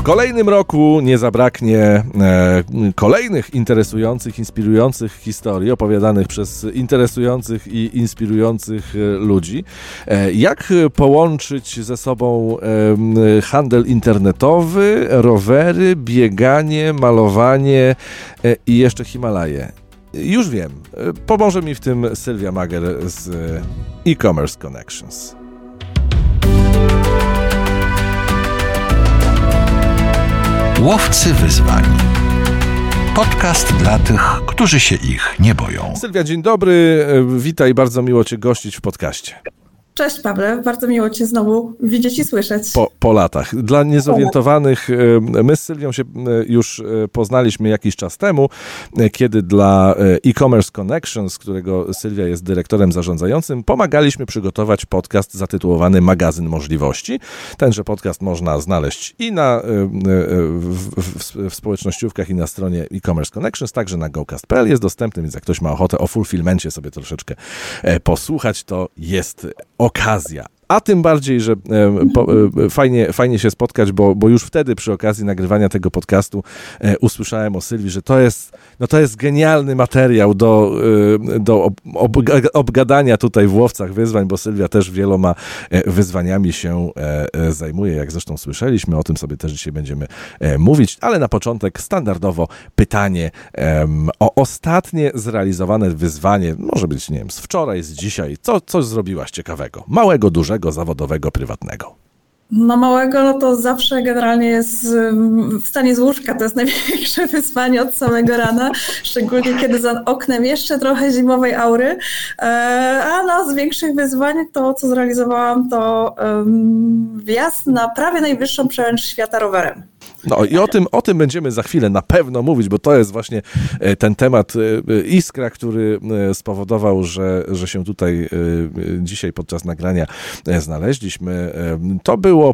kolejnym roku nie zabraknie kolejnych interesujących, inspirujących historii opowiadanych przez interesujących i inspirujących ludzi. Jak połączyć ze sobą handel internetowy, rowery, bieganie, malowanie i jeszcze Himalaje? Już wiem. Pomoże mi w tym Sylwia Mager z e-commerce Connections. Łowcy wyzwań. Podcast dla tych, którzy się ich nie boją. Sylwia, dzień dobry. Witaj, bardzo miło Cię gościć w podcaście. Cześć Pawle, bardzo miło Cię znowu widzieć i słyszeć. Po latach. Dla niezorientowanych, my z Sylwią się już poznaliśmy jakiś czas temu, kiedy dla e-commerce Connections, którego Sylwia jest dyrektorem zarządzającym, pomagaliśmy przygotować podcast zatytułowany Magazyn Możliwości. Tenże podcast można znaleźć i w społecznościówkach, i na stronie e-commerce Connections, także na gocast.pl jest dostępny, więc jak ktoś ma ochotę o fulfillmencie sobie troszeczkę posłuchać, to jest okazja. A tym bardziej, że fajnie się spotkać, bo już wtedy przy okazji nagrywania tego podcastu usłyszałem o Sylwii, że to jest genialny materiał do obgadania tutaj w Łowcach Wyzwań, bo Sylwia też wieloma wyzwaniami się zajmuje, jak zresztą słyszeliśmy, o tym sobie też dzisiaj będziemy mówić, ale na początek standardowo pytanie o ostatnie zrealizowane wyzwanie, może być, nie wiem, z wczoraj, z dzisiaj, coś zrobiłaś ciekawego, małego, dużego, zawodowego, prywatnego? No małego, no to zawsze generalnie jest wstanie z łóżka, to jest największe wyzwanie od samego rana, szczególnie kiedy za oknem jeszcze trochę zimowej aury, z większych wyzwań to, co zrealizowałam, to wjazd na prawie najwyższą przełęcz świata rowerem. No i o tym będziemy za chwilę na pewno mówić, bo to jest właśnie ten temat iskra, który spowodował, że się tutaj dzisiaj podczas nagrania znaleźliśmy. To było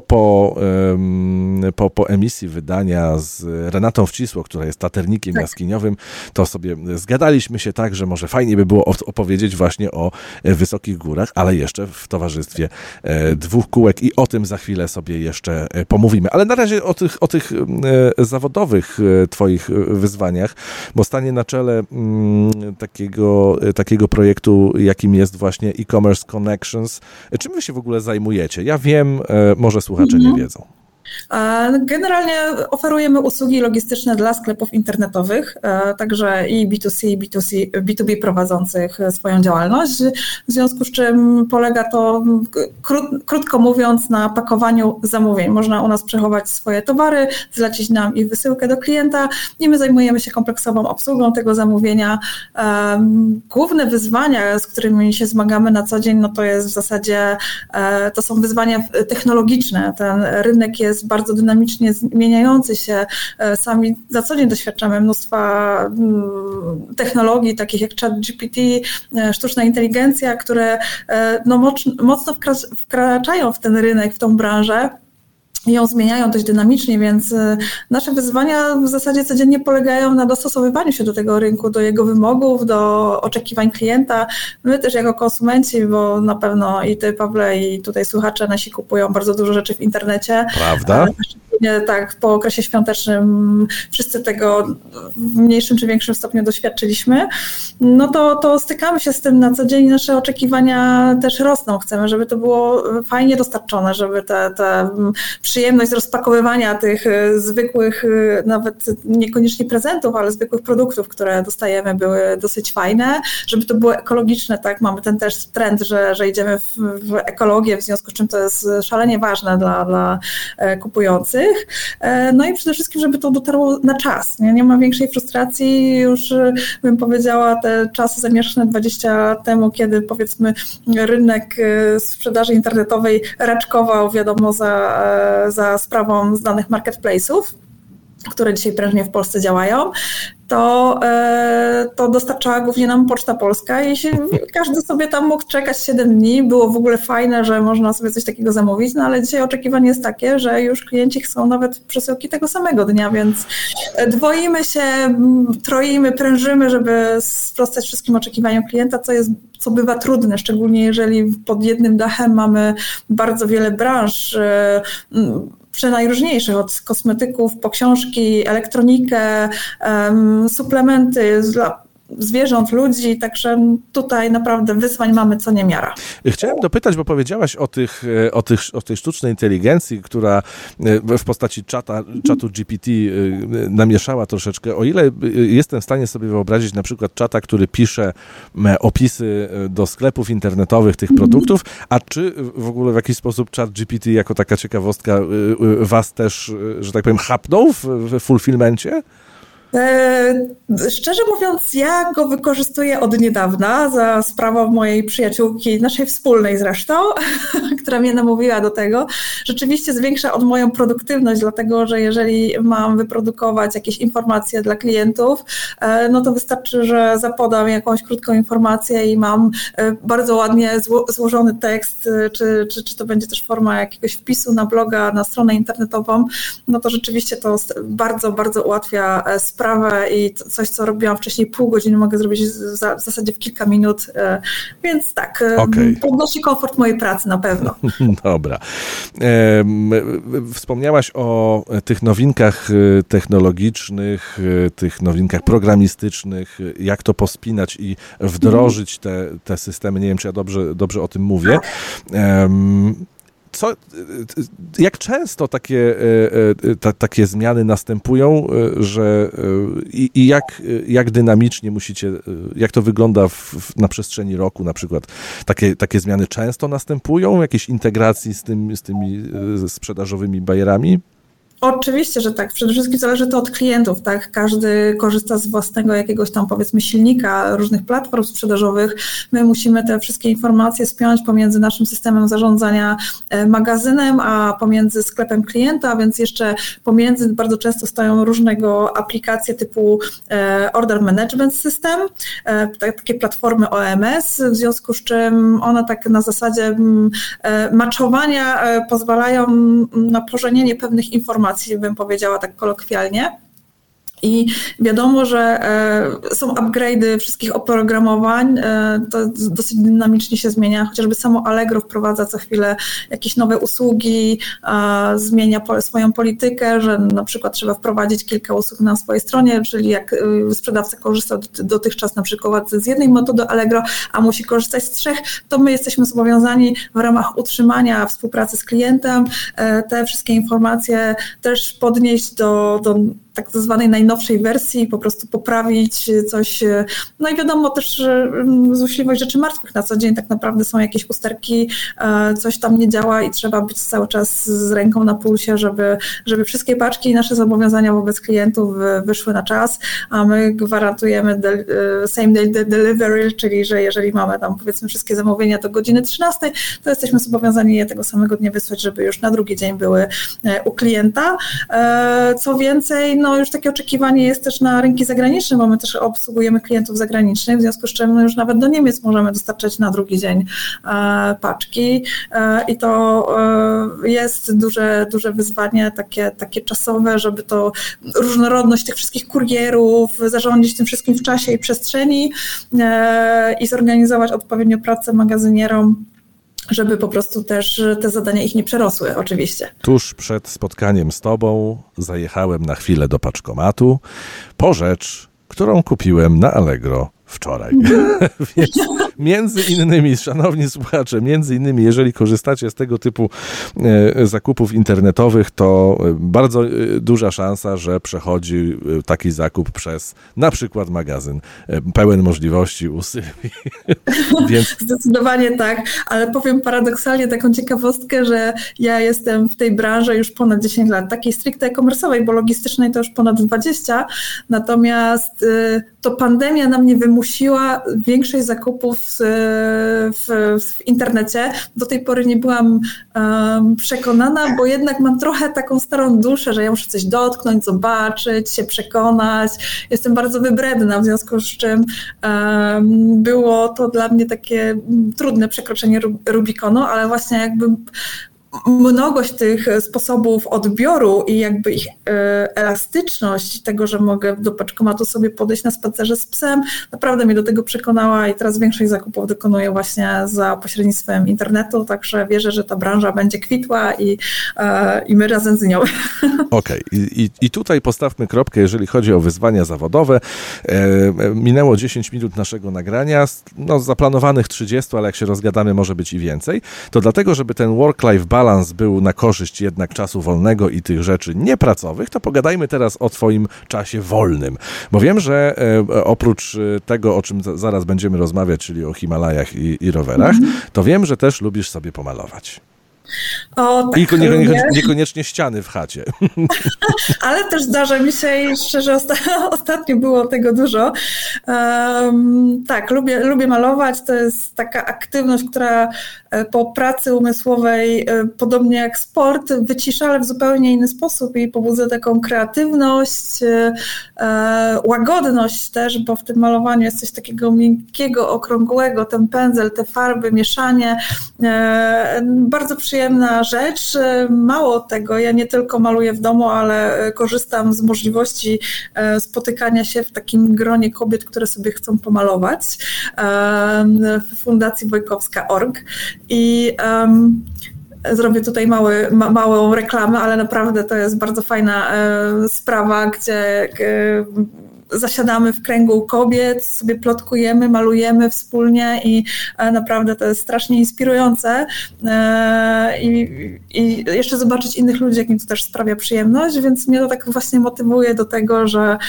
po emisji wydania z Renatą Wcisło, która jest taternikiem jaskiniowym. To sobie zgadaliśmy się tak, że może fajnie by było opowiedzieć właśnie o wysokich górach, ale jeszcze w towarzystwie dwóch kółek i o tym za chwilę sobie jeszcze pomówimy. Ale na razie o tych zawodowych twoich wyzwaniach, bo stanie na czele takiego projektu, jakim jest właśnie e-commerce Connections. Czym wy się w ogóle zajmujecie? Ja wiem, może słuchacze nie wiedzą. Generalnie oferujemy usługi logistyczne dla sklepów internetowych, także i B2C, i B2B prowadzących swoją działalność, w związku z czym polega to, krótko mówiąc, na pakowaniu zamówień. Można u nas przechować swoje towary, zlecić nam ich wysyłkę do klienta i my zajmujemy się kompleksową obsługą tego zamówienia. Główne wyzwania, z którymi się zmagamy na co dzień, no to jest w zasadzie, to są wyzwania technologiczne. Ten rynek jest bardzo dynamicznie zmieniający się. Sami na co dzień doświadczamy mnóstwa technologii, takich jak ChatGPT, sztuczna inteligencja, które mocno wkraczają w ten rynek, w tą branżę i ją zmieniają dość dynamicznie, więc nasze wyzwania w zasadzie codziennie polegają na dostosowywaniu się do tego rynku, do jego wymogów, do oczekiwań klienta. My też jako konsumenci, bo na pewno i ty, Pawle, i tutaj słuchacze nasi kupują bardzo dużo rzeczy w internecie. Prawda? Tak, po okresie świątecznym wszyscy tego w mniejszym czy większym stopniu doświadczyliśmy, no to stykamy się z tym na co dzień, nasze oczekiwania też rosną. Chcemy, żeby to było fajnie dostarczone, żeby ta przyjemność z rozpakowywania tych zwykłych, nawet niekoniecznie prezentów, ale zwykłych produktów, które dostajemy, były dosyć fajne, żeby to było ekologiczne, tak? Mamy ten też trend, że idziemy w ekologię, w związku z czym to jest szalenie ważne dla kupujących. No i przede wszystkim, żeby to dotarło na czas. Nie ma większej frustracji, już bym powiedziała, te czasy zamieszane 20 lat temu, kiedy powiedzmy rynek sprzedaży internetowej raczkował, wiadomo, za sprawą znanych marketplace'ów, które dzisiaj prężnie w Polsce działają, to dostarczała głównie nam Poczta Polska i każdy sobie tam mógł czekać 7 dni. Było w ogóle fajne, że można sobie coś takiego zamówić, no ale dzisiaj oczekiwanie jest takie, że już klienci chcą nawet przesyłki tego samego dnia, więc dwoimy się, troimy, prężymy, żeby sprostać wszystkim oczekiwaniom klienta, co bywa trudne, szczególnie jeżeli pod jednym dachem mamy bardzo wiele branż, przenajróżniejszych, od kosmetyków po książki, elektronikę, suplementy dla zwierząt, ludzi, także tutaj naprawdę wyzwań mamy co niemiara. Chciałem dopytać, bo powiedziałaś o tej sztucznej inteligencji, która w postaci czatu GPT namieszała troszeczkę. O ile jestem w stanie sobie wyobrazić na przykład czata, który pisze opisy do sklepów internetowych tych produktów, a czy w ogóle w jakiś sposób czat GPT jako taka ciekawostka was też, że tak powiem, chapnął w fulfillmencie? Szczerze mówiąc, ja go wykorzystuję od niedawna za sprawą mojej przyjaciółki, naszej wspólnej zresztą, która mnie namówiła do tego. Rzeczywiście zwiększa od moją produktywność, dlatego że jeżeli mam wyprodukować jakieś informacje dla klientów, no to wystarczy, że zapodam jakąś krótką informację i mam bardzo ładnie złożony tekst, czy to będzie też forma jakiegoś wpisu na bloga, na stronę internetową, no to rzeczywiście to bardzo, bardzo ułatwia sprawę i coś, co robiłam wcześniej pół godziny, mogę zrobić w zasadzie w kilka minut, więc tak, podnosi komfort mojej pracy na pewno. Dobra. Wspomniałaś o tych nowinkach technologicznych, tych nowinkach programistycznych, jak to pospinać i wdrożyć te systemy. Nie wiem, czy ja dobrze o tym mówię. Jak często takie zmiany następują, i jak dynamicznie jak to wygląda na przestrzeni roku na przykład? Takie zmiany często następują? Jakieś integracji z tymi sprzedażowymi bajerami? Oczywiście, że tak. Przede wszystkim zależy to od klientów, tak? Każdy korzysta z własnego jakiegoś tam, powiedzmy, silnika, różnych platform sprzedażowych. My musimy te wszystkie informacje spiąć pomiędzy naszym systemem zarządzania magazynem, a pomiędzy sklepem klienta, więc jeszcze pomiędzy bardzo często stoją różnego aplikacje typu Order Management System, takie platformy OMS, w związku z czym one tak na zasadzie matchowania pozwalają na pożenienie pewnych informacji, bym powiedziała tak kolokwialnie. I wiadomo, że są upgrade'y wszystkich oprogramowań, to dosyć dynamicznie się zmienia, chociażby samo Allegro wprowadza co chwilę jakieś nowe usługi, zmienia swoją politykę, że na przykład trzeba wprowadzić kilka usług na swojej stronie, czyli jak sprzedawca korzysta dotychczas na przykład z jednej metody Allegro, a musi korzystać z 3, to my jesteśmy zobowiązani w ramach utrzymania współpracy z klientem te wszystkie informacje też podnieść do tak zwanej najnowszej wersji, po prostu poprawić coś. No i wiadomo też, że złośliwość rzeczy martwych na co dzień tak naprawdę są jakieś usterki, coś tam nie działa i trzeba być cały czas z ręką na pulsie, żeby wszystkie paczki i nasze zobowiązania wobec klientów wyszły na czas, a my gwarantujemy same day delivery, czyli że jeżeli mamy tam powiedzmy wszystkie zamówienia do godziny 13, to jesteśmy zobowiązani je tego samego dnia wysłać, żeby już na drugi dzień były u klienta. Co więcej, no już takie oczekiwanie jest też na rynki zagraniczne, bo my też obsługujemy klientów zagranicznych, w związku z czym no już nawet do Niemiec możemy dostarczać na drugi dzień paczki i to jest duże wyzwanie takie czasowe, żeby to różnorodność tych wszystkich kurierów zarządzić tym wszystkim w czasie i przestrzeni i zorganizować odpowiednio pracę magazynierom, żeby po prostu też te zadania ich nie przerosły, oczywiście. Tuż przed spotkaniem z tobą zajechałem na chwilę do paczkomatu po rzecz, którą kupiłem na Allegro wczoraj. Więc między innymi, szanowni słuchacze, jeżeli korzystacie z tego typu zakupów internetowych, to bardzo duża szansa, że przechodzi taki zakup przez na przykład magazyn pełen możliwości u Sylwii. Więc... Zdecydowanie tak, ale powiem paradoksalnie taką ciekawostkę, że ja jestem w tej branży już ponad 10 lat, takiej stricte e-commerce'owej, bo logistycznej to już ponad 20, natomiast to pandemia na mnie wymusiła większość zakupów w internecie. Do tej pory nie byłam przekonana, bo jednak mam trochę taką starą duszę, że ja muszę coś dotknąć, zobaczyć, się przekonać. Jestem bardzo wybredna, w związku z czym było to dla mnie takie trudne przekroczenie Rubikonu, ale właśnie jakby mnogość tych sposobów odbioru i jakby ich elastyczność tego, że mogę do paczkomatu sobie podejść na spacerze z psem, naprawdę mnie do tego przekonała i teraz większość zakupów dokonuję właśnie za pośrednictwem internetu, także wierzę, że ta branża będzie kwitła i my razem z nią. Okej. I tutaj postawmy kropkę, jeżeli chodzi o wyzwania zawodowe. Minęło 10 minut naszego nagrania, no z zaplanowanych 30, ale jak się rozgadamy, może być i więcej. To dlatego, żeby ten work-life balance był na korzyść jednak czasu wolnego i tych rzeczy niepracowych, to pogadajmy teraz o twoim czasie wolnym. Bo wiem, że oprócz tego, o czym zaraz będziemy rozmawiać, czyli o Himalajach i rowerach, to wiem, że też lubisz sobie pomalować. O, tak, I niekoniecznie ściany w chacie. Ale też zdarza mi się i szczerze ostatnio było tego dużo. Tak, lubię malować. To jest taka aktywność, która po pracy umysłowej, podobnie jak sport, wycisza, ale w zupełnie inny sposób i pobudza taką kreatywność, łagodność też, bo w tym malowaniu jest coś takiego miękkiego, okrągłego, ten pędzel, te farby, mieszanie. Bardzo przyjemna rzecz. Mało tego, ja nie tylko maluję w domu, ale korzystam z możliwości spotykania się w takim gronie kobiet, które sobie chcą pomalować w Fundacji Wojkowska.org i zrobię tutaj małą reklamę, ale naprawdę to jest bardzo fajna sprawa, gdzie zasiadamy w kręgu kobiet, sobie plotkujemy, malujemy wspólnie i naprawdę to jest strasznie inspirujące i jeszcze zobaczyć innych ludzi, jak im to też sprawia przyjemność, więc mnie to tak właśnie motywuje do tego,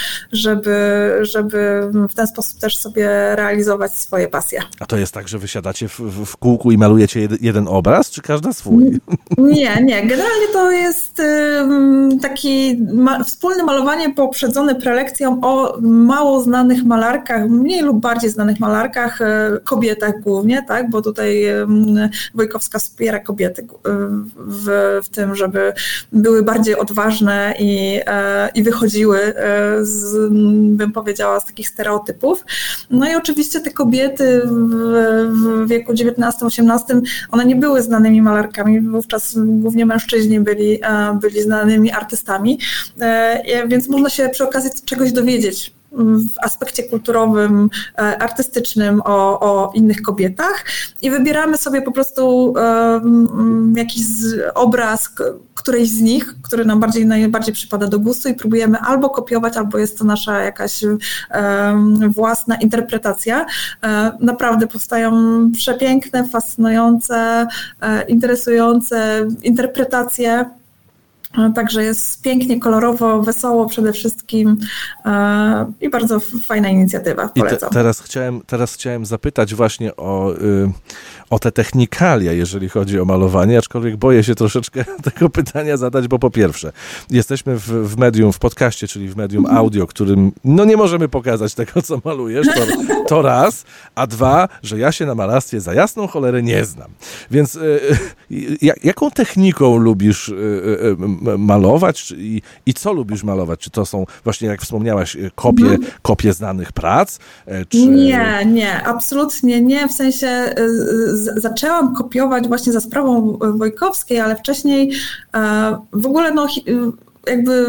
żeby w ten sposób też sobie realizować swoje pasje. A to jest tak, że wy siadacie w kółku i malujecie jeden obraz, czy każda swój? Nie. Generalnie to jest taki wspólne malowanie poprzedzone prelekcją o mało znanych malarkach, mniej lub bardziej znanych malarkach, kobietach głównie, tak, bo tutaj Wojkowska wspiera kobiety w tym, żeby były bardziej odważne i wychodziły bym powiedziała, z takich stereotypów. No i oczywiście te kobiety w wieku XIX-XVIII, one nie były znanymi malarkami, wówczas głównie mężczyźni byli znanymi artystami, więc można się przy okazji czegoś dowiedzieć w aspekcie kulturowym, artystycznym o innych kobietach i wybieramy sobie po prostu jakiś obraz którejś z nich, który nam najbardziej przypada do gustu i próbujemy albo kopiować, albo jest to nasza jakaś własna interpretacja. Naprawdę powstają przepiękne, fascynujące, interesujące interpretacje. Także jest pięknie, kolorowo, wesoło przede wszystkim i bardzo fajna inicjatywa. Polecam. I teraz chciałem zapytać właśnie o te technikalia, jeżeli chodzi o malowanie, aczkolwiek boję się troszeczkę tego pytania zadać, bo po pierwsze, jesteśmy w medium, w podcaście, czyli w medium audio, którym nie możemy pokazać tego, co malujesz, to raz, a dwa, że ja się na malarstwie za jasną cholerę nie znam. Więc jaką techniką lubisz malować i co lubisz malować? Czy to są właśnie, jak wspomniałaś, kopie znanych prac? Czy... Nie, absolutnie nie. W sensie zaczęłam kopiować właśnie za sprawą Wojkowskiej, ale wcześniej w ogóle jakby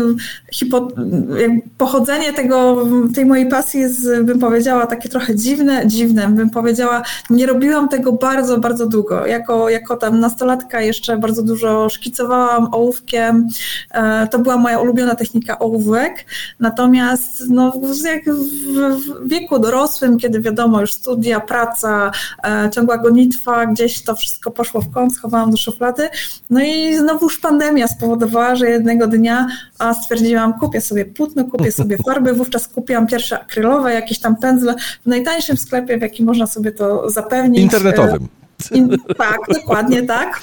pochodzenie tej mojej pasji jest, bym powiedziała, takie trochę dziwne, bym powiedziała, nie robiłam tego bardzo, bardzo długo. Jako tam nastolatka jeszcze bardzo dużo szkicowałam ołówkiem, to była moja ulubiona technika ołówek, natomiast jak w wieku dorosłym, kiedy wiadomo już studia, praca, ciągła gonitwa, gdzieś to wszystko poszło w kąt, schowałam do szuflady, no i znowuż pandemia spowodowała, że jednego dnia stwierdziłam, kupię sobie płótno, kupię sobie farby, wówczas kupiłam pierwsze akrylowe, jakieś tam pędzle w najtańszym sklepie, w jakim można sobie to zapewnić. Internetowym. Tak, dokładnie tak.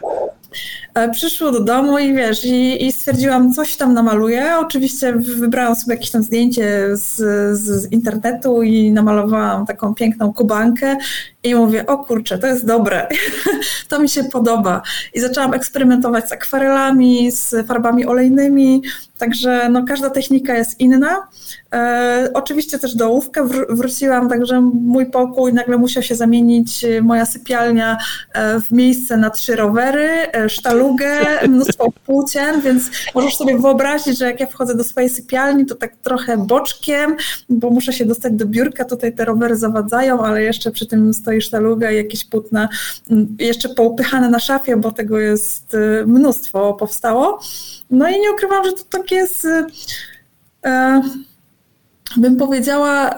Przyszło do domu i stwierdziłam, coś tam namaluję. Oczywiście wybrałam sobie jakieś tam zdjęcie z internetu i namalowałam taką piękną kubankę I mówię, o kurczę, to jest dobre, to mi się podoba. I zaczęłam eksperymentować z akwarelami, z farbami olejnymi, także no, każda technika jest inna. Oczywiście też do ołówka wróciłam, także mój pokój nagle musiał się zamienić, moja sypialnia w miejsce na 3 rowery, sztalugę, mnóstwo płócien, więc możesz sobie wyobrazić, że jak ja wchodzę do swojej sypialni, to tak trochę boczkiem, bo muszę się dostać do biurka, tutaj te rowery zawadzają, ale jeszcze przy tym stoi sztaluga i jakieś płótna jeszcze poupychane na szafie, bo tego jest mnóstwo powstało. No i nie ukrywam, że to tak jest, bym powiedziała,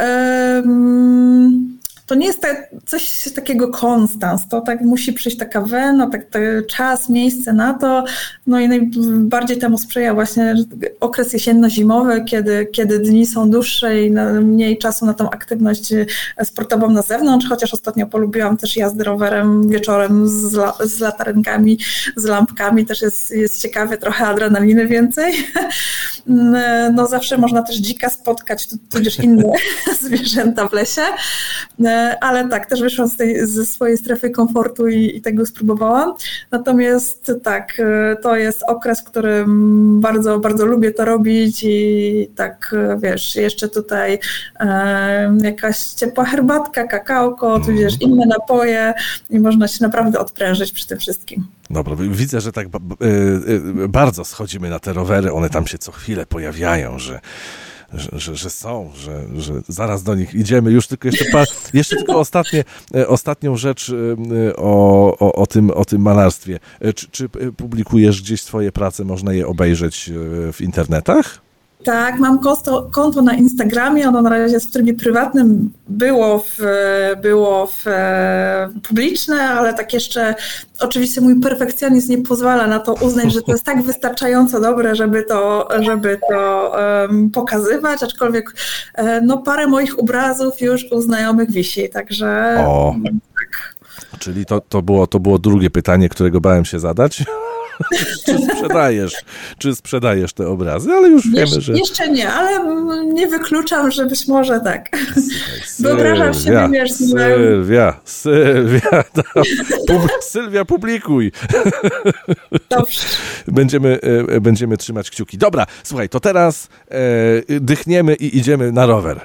to nie jest coś takiego konstans, to tak musi przyjść taka wena, tak czas, miejsce na to, no i najbardziej temu sprzyja właśnie okres jesienno-zimowy, kiedy dni są dłuższe i mniej czasu na tą aktywność sportową na zewnątrz, chociaż ostatnio polubiłam też jazdę rowerem wieczorem z latarenkami, z lampkami, też jest ciekawie, trochę adrenaliny więcej. No zawsze można też dzika spotkać, tudzież inne zwierzęta w lesie. Ale tak, też wyszłam ze swojej strefy komfortu i tego spróbowałam. Natomiast tak, to jest okres, w którym bardzo, bardzo lubię to robić i tak, wiesz, jeszcze tutaj jakaś ciepła herbatka, kakałko, tudzież inne napoje i można się naprawdę odprężyć przy tym wszystkim. Dobra, widzę, że tak bardzo schodzimy na te rowery, one tam się co chwilę pojawiają, że są, że zaraz do nich idziemy. Już tylko jeszcze tylko ostatnią rzecz o tym malarstwie. Czy publikujesz gdzieś swoje prace? Można je obejrzeć w internetach? Tak, mam konto na Instagramie, ono na razie jest w trybie prywatnym, było publiczne, ale tak jeszcze oczywiście mój perfekcjonizm nie pozwala na to uznać, że to jest tak wystarczająco dobre, żeby to pokazywać, aczkolwiek no parę moich obrazów już u znajomych wisi, także tak. Czyli to było drugie pytanie, którego bałem się zadać. Czy sprzedajesz te obrazy, ale już wiemy, że... Jeszcze nie, ale nie wykluczam, że być może tak. Wyobrażam się, wiesz... Sylwia, publikuj. Dobrze. Będziemy trzymać kciuki. Dobra, słuchaj, to teraz dychniemy i idziemy na rower.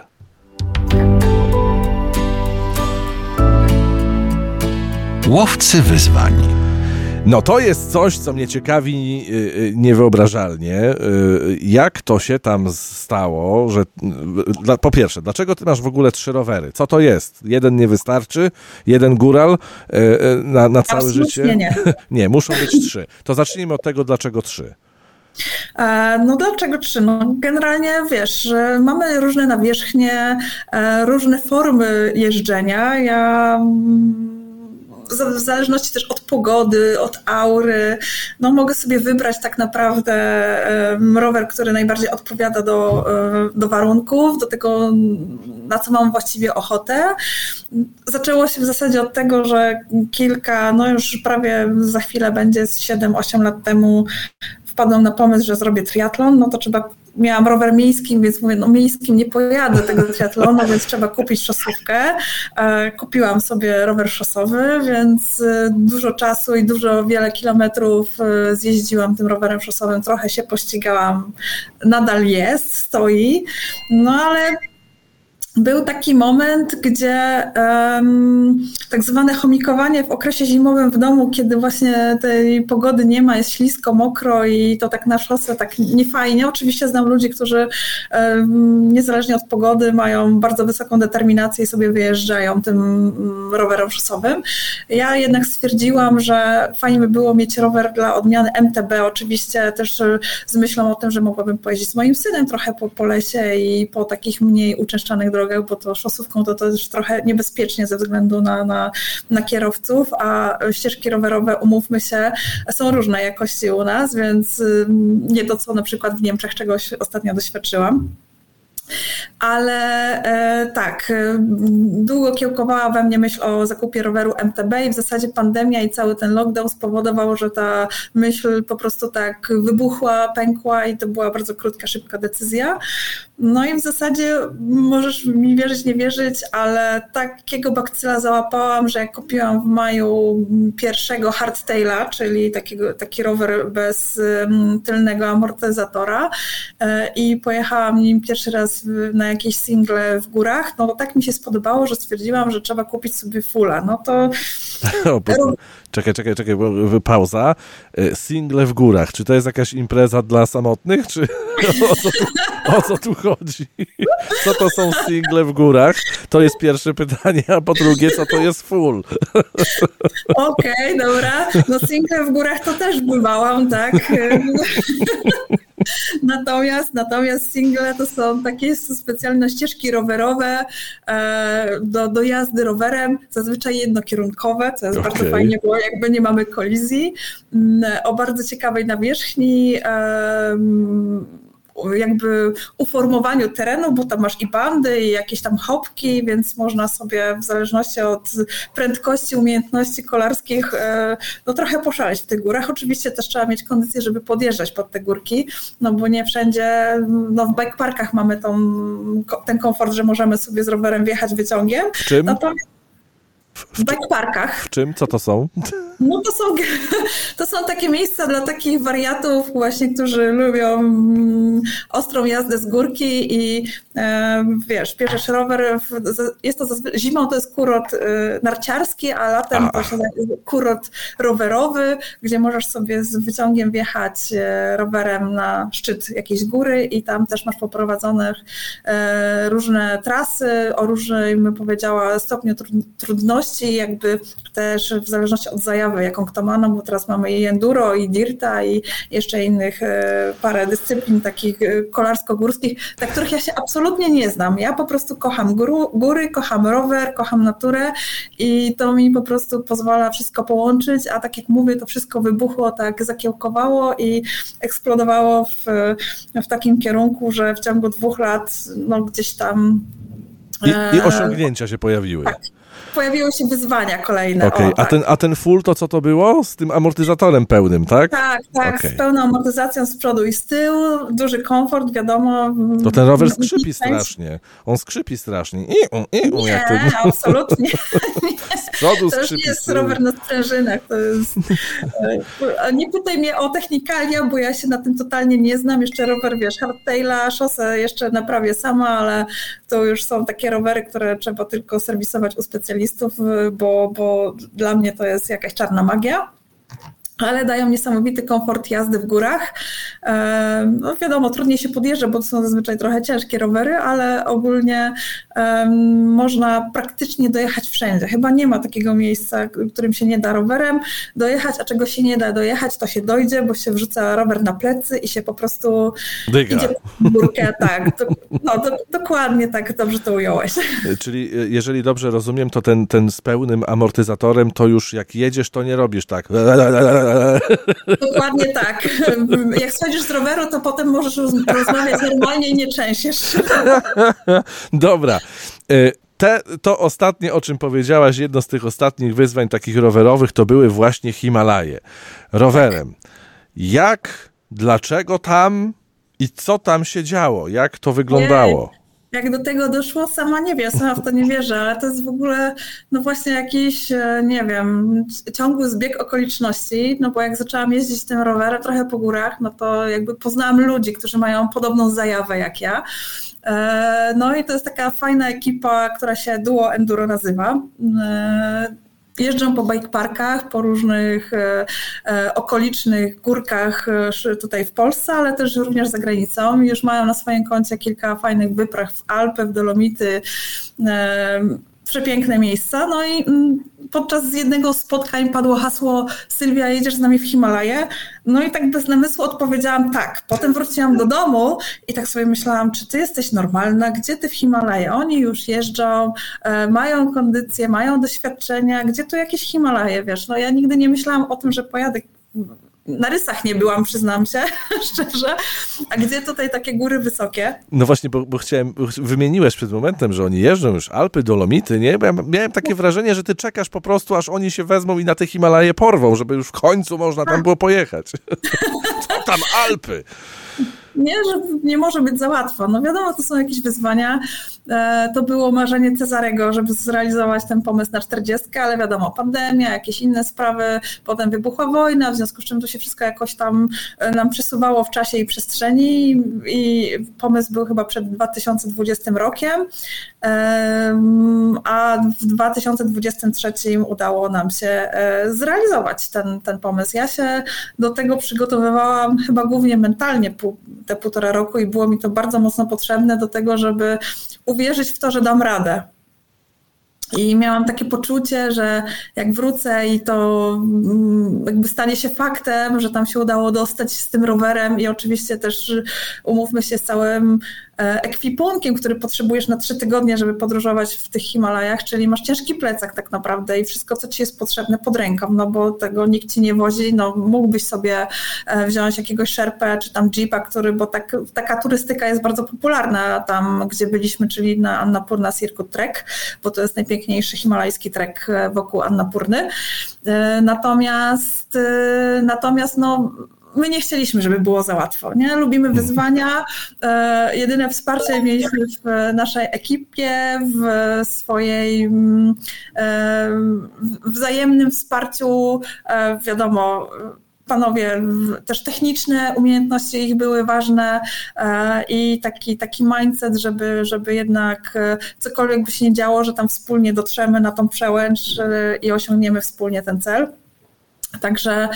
Łowcy wyzwań. No to jest coś, co mnie ciekawi niewyobrażalnie. Jak to się tam stało, że po pierwsze, dlaczego ty masz w ogóle 3 rowery? Co to jest? Jeden nie wystarczy? Jeden góral na całe życie? Nie. Nie, muszą być 3. To zacznijmy od tego, dlaczego 3. No dlaczego 3? No generalnie wiesz, że mamy różne nawierzchnie, różne formy jeżdżenia. Ja w zależności też od pogody, od aury, no mogę sobie wybrać tak naprawdę rower, który najbardziej odpowiada do warunków, do tego, na co mam właściwie ochotę. Zaczęło się w zasadzie od tego, że no już prawie za chwilę będzie 7-8 lat temu wpadłam na pomysł, że zrobię triatlon, no to miałam rower miejskim, więc mówię, no miejskim nie pojadę tego triatlonu, więc trzeba kupić szosówkę. Kupiłam sobie rower szosowy, więc dużo czasu i wiele kilometrów zjeździłam tym rowerem szosowym, trochę się pościgałam, nadal stoi, no ale był taki moment, gdzie tak zwane chomikowanie w okresie zimowym w domu, kiedy właśnie tej pogody nie ma, jest ślisko, mokro i to tak na szosę tak niefajnie. Oczywiście znam ludzi, którzy niezależnie od pogody mają bardzo wysoką determinację i sobie wyjeżdżają tym rowerem szosowym. Ja jednak stwierdziłam, że fajnie by było mieć rower dla odmiany MTB, oczywiście też z myślą o tym, że mogłabym pojeździć z moim synem trochę po lesie i po takich mniej uczęszczanych drogach, bo to szosówką to już trochę niebezpiecznie ze względu na kierowców, a ścieżki rowerowe, umówmy się, są różnej jakości u nas, więc nie to, co na przykład w Niemczech, czegoś ostatnio doświadczyłam. Ale tak, długo kiełkowała we mnie myśl o zakupie roweru MTB i w zasadzie pandemia i cały ten lockdown spowodował, że ta myśl po prostu tak wybuchła, pękła i to była bardzo krótka, szybka decyzja. No i w zasadzie możesz mi wierzyć, nie wierzyć, ale takiego bakcyla załapałam, że jak kupiłam w maju pierwszego hardtaila, czyli taki rower bez tylnego amortyzatora i pojechałam nim pierwszy raz na jakieś single w górach, no tak mi się spodobało, że stwierdziłam, że trzeba kupić sobie fulla. No to... Czekaj, bo pauza. Single w górach. Czy to jest jakaś impreza dla samotnych, czy o co tu chodzi? Co to są single w górach? To jest pierwsze pytanie, a po drugie, co to jest full? Okej, dobra. No single w górach to też bywałam, tak? Natomiast single to są takie specjalne ścieżki rowerowe do jazdy rowerem, zazwyczaj jednokierunkowe, co jest bardzo fajnie, bo jakby nie mamy kolizji, o bardzo ciekawej nawierzchni, jakby uformowaniu terenu, bo tam masz i bandy, i jakieś tam hopki, więc można sobie w zależności od prędkości, umiejętności kolarskich no trochę poszaleć w tych górach. Oczywiście też trzeba mieć kondycję, żeby podjeżdżać pod te górki, no bo nie wszędzie, no w bike parkach mamy ten komfort, że możemy sobie z rowerem wjechać wyciągiem. W czym? W bike parkach. W czym? Co to są? No to są takie miejsca dla takich wariatów właśnie, którzy lubią ostrą jazdę z górki i wiesz, bierzesz rower, jest to zimą to jest kurort narciarski, a latem to się kurort rowerowy, gdzie możesz sobie z wyciągiem wjechać rowerem na szczyt jakiejś góry i tam też masz poprowadzonych różne trasy o różnym, bym powiedziała, stopniu trudności, jakby też w zależności od zajawy, jaką kto ma, no bo teraz mamy i enduro, i dirta, i jeszcze innych parę dyscyplin takich kolarsko-górskich, na których ja się absolutnie nie znam. Ja po prostu kocham góry, kocham rower, kocham naturę i to mi po prostu pozwala wszystko połączyć, a tak jak mówię, to wszystko wybuchło, tak zakiełkowało i eksplodowało w takim kierunku, że w ciągu 2 lat no gdzieś tam... I osiągnięcia się pojawiły. Tak. Pojawiły się wyzwania kolejne. Okay. Tak. A ten full to co to było? Z tym amortyzatorem pełnym, tak? Tak, okay. Z pełną amortyzacją z przodu i z tyłu, duży komfort, wiadomo. To ten rower skrzypi strasznie. On skrzypi strasznie. Nie, jak to... absolutnie. Z przodu to skrzypi. To jest rower na sprężynach. To jest... Nie pytaj mnie o technikalia, bo ja się na tym totalnie nie znam. Jeszcze rower, wiesz, hardtaila, szosę jeszcze naprawię sama, ale to już są takie rowery, które trzeba tylko serwisować u specjalistów, bo dla mnie to jest jakaś czarna magia. Ale dają niesamowity komfort jazdy w górach. No wiadomo, trudniej się podjeżdża, bo to są zazwyczaj trochę ciężkie rowery, ale ogólnie można praktycznie dojechać wszędzie. Chyba nie ma takiego miejsca, którym się nie da rowerem dojechać, a czego się nie da dojechać, to się dojdzie, bo się wrzuca rower na plecy i się po prostu idzie w górkę. Tak, dokładnie tak, dobrze to ująłeś. Czyli jeżeli dobrze rozumiem, to ten z pełnym amortyzatorem, to już jak jedziesz, to nie robisz tak. Dokładnie tak. Jak schodzisz z roweru, to potem możesz rozmawiać normalnie i nie trzęsiesz. Dobra. To ostatnie, o czym powiedziałaś, jedno z tych ostatnich wyzwań takich rowerowych, to były właśnie Himalaje. Rowerem. Jak, dlaczego tam i co tam się działo? Jak to wyglądało? Jak do tego doszło, sama nie wiem, sama w to nie wierzę, ale to jest w ogóle, no właśnie jakiś, nie wiem, ciągły zbieg okoliczności, no bo jak zaczęłam jeździć tym rowerem trochę po górach, no to jakby poznałam ludzi, którzy mają podobną zajawę jak ja. No i to jest taka fajna ekipa, która się Duo Enduro nazywa. Jeżdżą po bike parkach, po różnych okolicznych górkach tutaj w Polsce, ale też również za granicą. Już mają na swoim koncie kilka fajnych wypraw w Alpy, w Dolomity, przepiękne miejsca. No i podczas jednego z spotkań padło hasło: Sylwia, jedziesz z nami w Himalaje? No i tak bez namysłu odpowiedziałam tak. Potem wróciłam do domu i tak sobie myślałam, czy ty jesteś normalna? Gdzie ty w Himalaje? Oni już jeżdżą, mają kondycję, mają doświadczenia. Gdzie tu jakieś Himalaje, wiesz? No ja nigdy nie myślałam o tym, że pojadę na rysach nie byłam, przyznam się, szczerze. A gdzie tutaj takie góry wysokie? No właśnie, bo wymieniłeś przed momentem, że oni jeżdżą już Alpy, Dolomity, nie? Bo ja miałem takie wrażenie, że ty czekasz po prostu, aż oni się wezmą i na te Himalaje porwą, żeby już w końcu można tam było pojechać. To tam Alpy! Nie, że nie może być za łatwo. No wiadomo, to są jakieś wyzwania. To było marzenie Cezarego, żeby zrealizować ten pomysł na 40, ale wiadomo, pandemia, jakieś inne sprawy, potem wybuchła wojna, w związku z czym to się wszystko jakoś tam nam przesuwało w czasie i przestrzeni i pomysł był chyba przed 2020 rokiem, a w 2023 udało nam się zrealizować ten pomysł. Ja się do tego przygotowywałam chyba głównie mentalnie te 1,5 roku i było mi to bardzo mocno potrzebne do tego, żeby uwierzyć w to, że dam radę. I miałam takie poczucie, że jak wrócę i to jakby stanie się faktem, że tam się udało dostać z tym rowerem i oczywiście też umówmy się z całym ekwipunkiem, który potrzebujesz na 3 tygodnie, żeby podróżować w tych Himalajach, czyli masz ciężki plecak tak naprawdę i wszystko, co ci jest potrzebne pod ręką, no bo tego nikt ci nie wozi, no mógłbyś sobie wziąć jakiegoś Sherpę czy tam Jeepa, bo taka turystyka jest bardzo popularna tam, gdzie byliśmy, czyli na Annapurna Circuit Trek, bo to jest najpiękniejszy himalajski trek wokół Annapurny. Natomiast no my nie chcieliśmy, żeby było za łatwo, nie? Lubimy wyzwania. Jedyne wsparcie mieliśmy w naszej ekipie, w swojej wzajemnym wsparciu. Wiadomo, panowie, też techniczne umiejętności ich były ważne i taki mindset, żeby jednak cokolwiek by się nie działo, że tam wspólnie dotrzemy na tą przełęcz i osiągniemy wspólnie ten cel. Także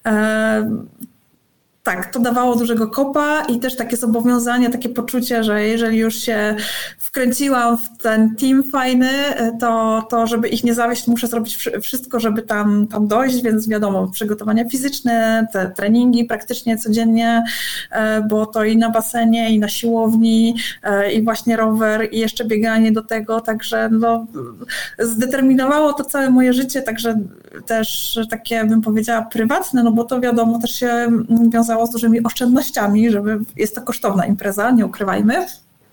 tak, to dawało dużego kopa i też takie zobowiązanie, takie poczucie, że jeżeli już się wkręciłam w ten team fajny, to żeby ich nie zawieść, muszę zrobić wszystko, żeby tam dojść, więc wiadomo, przygotowania fizyczne, te treningi praktycznie codziennie, bo to i na basenie, i na siłowni, i właśnie rower, i jeszcze bieganie do tego, także no, zdeterminowało to całe moje życie, także też takie, bym powiedziała, prywatne, no bo to wiadomo, też się wiązało z dużymi oszczędnościami, jest to kosztowna impreza, nie ukrywajmy.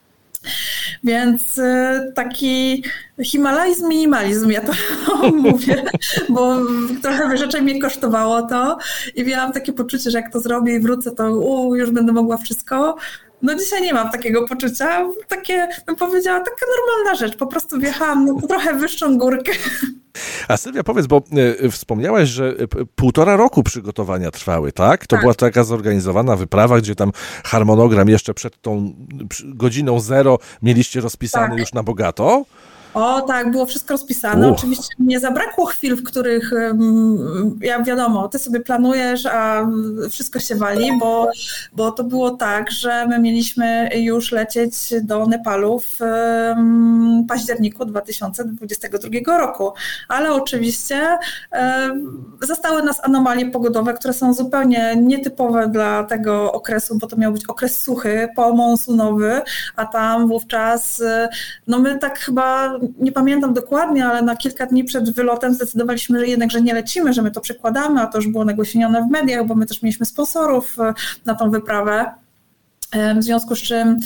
Więc taki himalajzm, minimalizm, ja to mówię, bo trochę rzeczy mnie kosztowało to i miałam takie poczucie, że jak to zrobię i wrócę, to już będę mogła wszystko. No dzisiaj nie mam takiego poczucia, takie, bym powiedziała, taka normalna rzecz, po prostu wjechałam na trochę wyższą górkę. A Sylwia, powiedz, bo wspomniałaś, że 1,5 roku przygotowania trwały, tak? To tak. Była taka zorganizowana wyprawa, gdzie tam harmonogram jeszcze przed tą godziną 0 mieliście rozpisany tak. Już na bogato? O tak, było wszystko rozpisane. Oczywiście nie zabrakło chwil, w których wiadomo, ty sobie planujesz, a wszystko się wali, bo to było tak, że my mieliśmy już lecieć do Nepalu w październiku 2022 roku, ale oczywiście zastały nas anomalie pogodowe, które są zupełnie nietypowe dla tego okresu, bo to miał być okres suchy, pomonsunowy, a tam wówczas, no my tak chyba nie pamiętam dokładnie, ale na kilka dni przed wylotem zdecydowaliśmy, że jednak, że nie lecimy, że my to przekładamy, a to już było nagłośnione w mediach, bo my też mieliśmy sponsorów na tą wyprawę. W związku z czym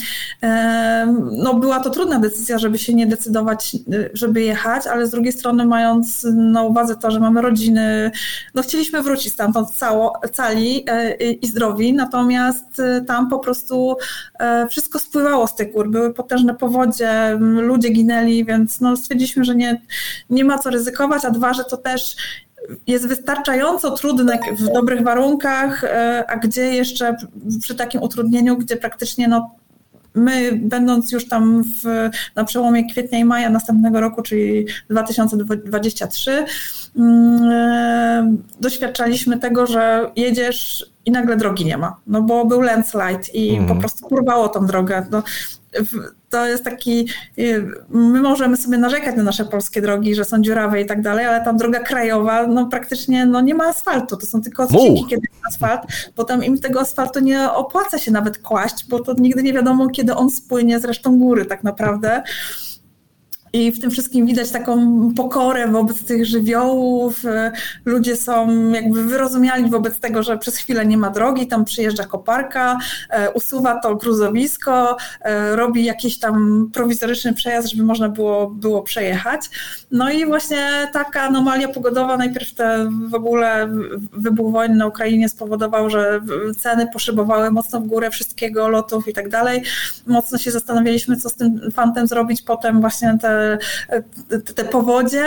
no była to trudna decyzja, żeby się nie decydować, żeby jechać, ale z drugiej strony mając na uwadze to, że mamy rodziny, no chcieliśmy wrócić stamtąd cali i zdrowi, natomiast tam po prostu wszystko spływało z tych gór, były potężne powodzie, ludzie ginęli, więc no stwierdziliśmy, że nie ma co ryzykować, a dwa, że to też jest wystarczająco trudne w dobrych warunkach, a gdzie jeszcze przy takim utrudnieniu, gdzie praktycznie no, my będąc już tam na przełomie kwietnia i maja następnego roku, czyli 2023, doświadczaliśmy tego, że jedziesz i nagle drogi nie ma, no bo był landslide i po prostu kurwało tą drogę. No, to jest taki, my możemy sobie narzekać na nasze polskie drogi, że są dziurawe i tak dalej, ale ta droga krajowa, no praktycznie no nie ma asfaltu, to są tylko odcinki, kiedy jest asfalt, bo tam im tego asfaltu nie opłaca się nawet kłaść, bo to nigdy nie wiadomo, kiedy on spłynie z resztą góry tak naprawdę. I w tym wszystkim widać taką pokorę wobec tych żywiołów. Ludzie są jakby wyrozumiali wobec tego, że przez chwilę nie ma drogi, tam przyjeżdża koparka, usuwa to gruzowisko, robi jakiś tam prowizoryczny przejazd, żeby można było przejechać. No i właśnie taka anomalia pogodowa, najpierw w ogóle wybuch wojny na Ukrainie spowodował, że ceny poszybowały mocno w górę wszystkiego, lotów i tak dalej. Mocno się zastanawialiśmy, co z tym fantem zrobić, potem właśnie te powodzie.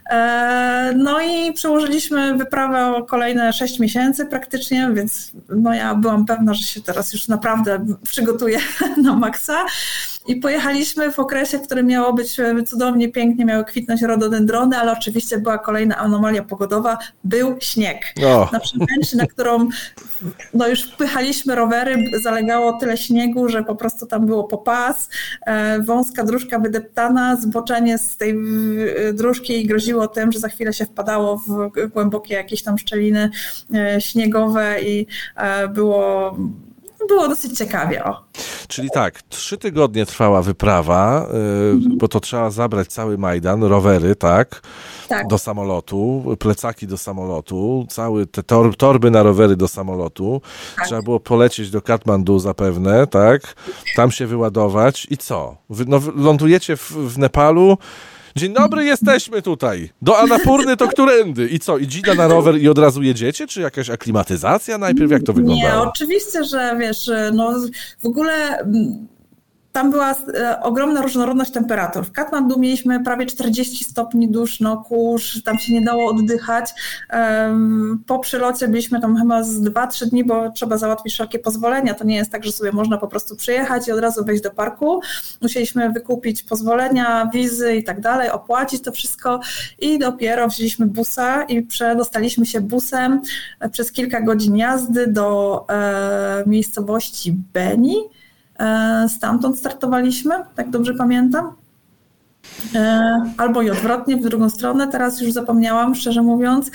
No i przełożyliśmy wyprawę o kolejne 6 miesięcy praktycznie, więc no ja byłam pewna, że się teraz już naprawdę przygotuję na maksa. I pojechaliśmy w okresie, w którym miało być cudownie, pięknie, miały kwitnąć rododendrony, ale oczywiście była kolejna anomalia pogodowa, był śnieg. Na przemęczy, na którą no już wpychaliśmy rowery, zalegało tyle śniegu, że po prostu tam było po pas, wąska dróżka wydeptana, zboczenie z tej dróżki groziło tym, że za chwilę się wpadało w głębokie jakieś tam szczeliny śniegowe i było dosyć ciekawie. Czyli tak, 3 tygodnie trwała wyprawa, bo to trzeba zabrać cały Majdan, rowery, tak? Do samolotu, plecaki do samolotu, całe te torby na rowery do samolotu. Tak. Trzeba było polecieć do Katmandu zapewne, tak? Tam się wyładować i co? Lądujecie w Nepalu. Dzień dobry, jesteśmy tutaj. Do Annapurny to którędy? I co? I dzida na rower i od razu jedziecie? Czy jakaś aklimatyzacja najpierw? Jak to wyglądało? Nie, oczywiście, że wiesz, no w ogóle tam była ogromna różnorodność temperatur. W Katmandu mieliśmy prawie 40 stopni duszno, kurz, tam się nie dało oddychać. Po przylocie byliśmy tam chyba z 2-3 dni, bo trzeba załatwić wszelkie pozwolenia. To nie jest tak, że sobie można po prostu przyjechać i od razu wejść do parku. Musieliśmy wykupić pozwolenia, wizy i tak dalej, opłacić to wszystko i dopiero wzięliśmy busa i przedostaliśmy się busem przez kilka godzin jazdy do miejscowości Beni. Stamtąd startowaliśmy, tak dobrze pamiętam. Albo i odwrotnie, w drugą stronę, teraz już zapomniałam, szczerze mówiąc.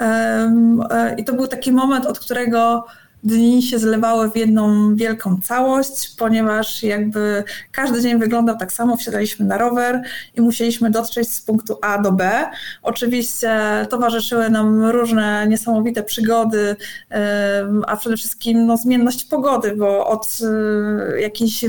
I to był taki moment, od którego dni się zlewały w jedną wielką całość, ponieważ jakby każdy dzień wyglądał tak samo, wsiadaliśmy na rower i musieliśmy dotrzeć z punktu A do B. Oczywiście towarzyszyły nam różne niesamowite przygody, a przede wszystkim no, zmienność pogody, bo od jakichś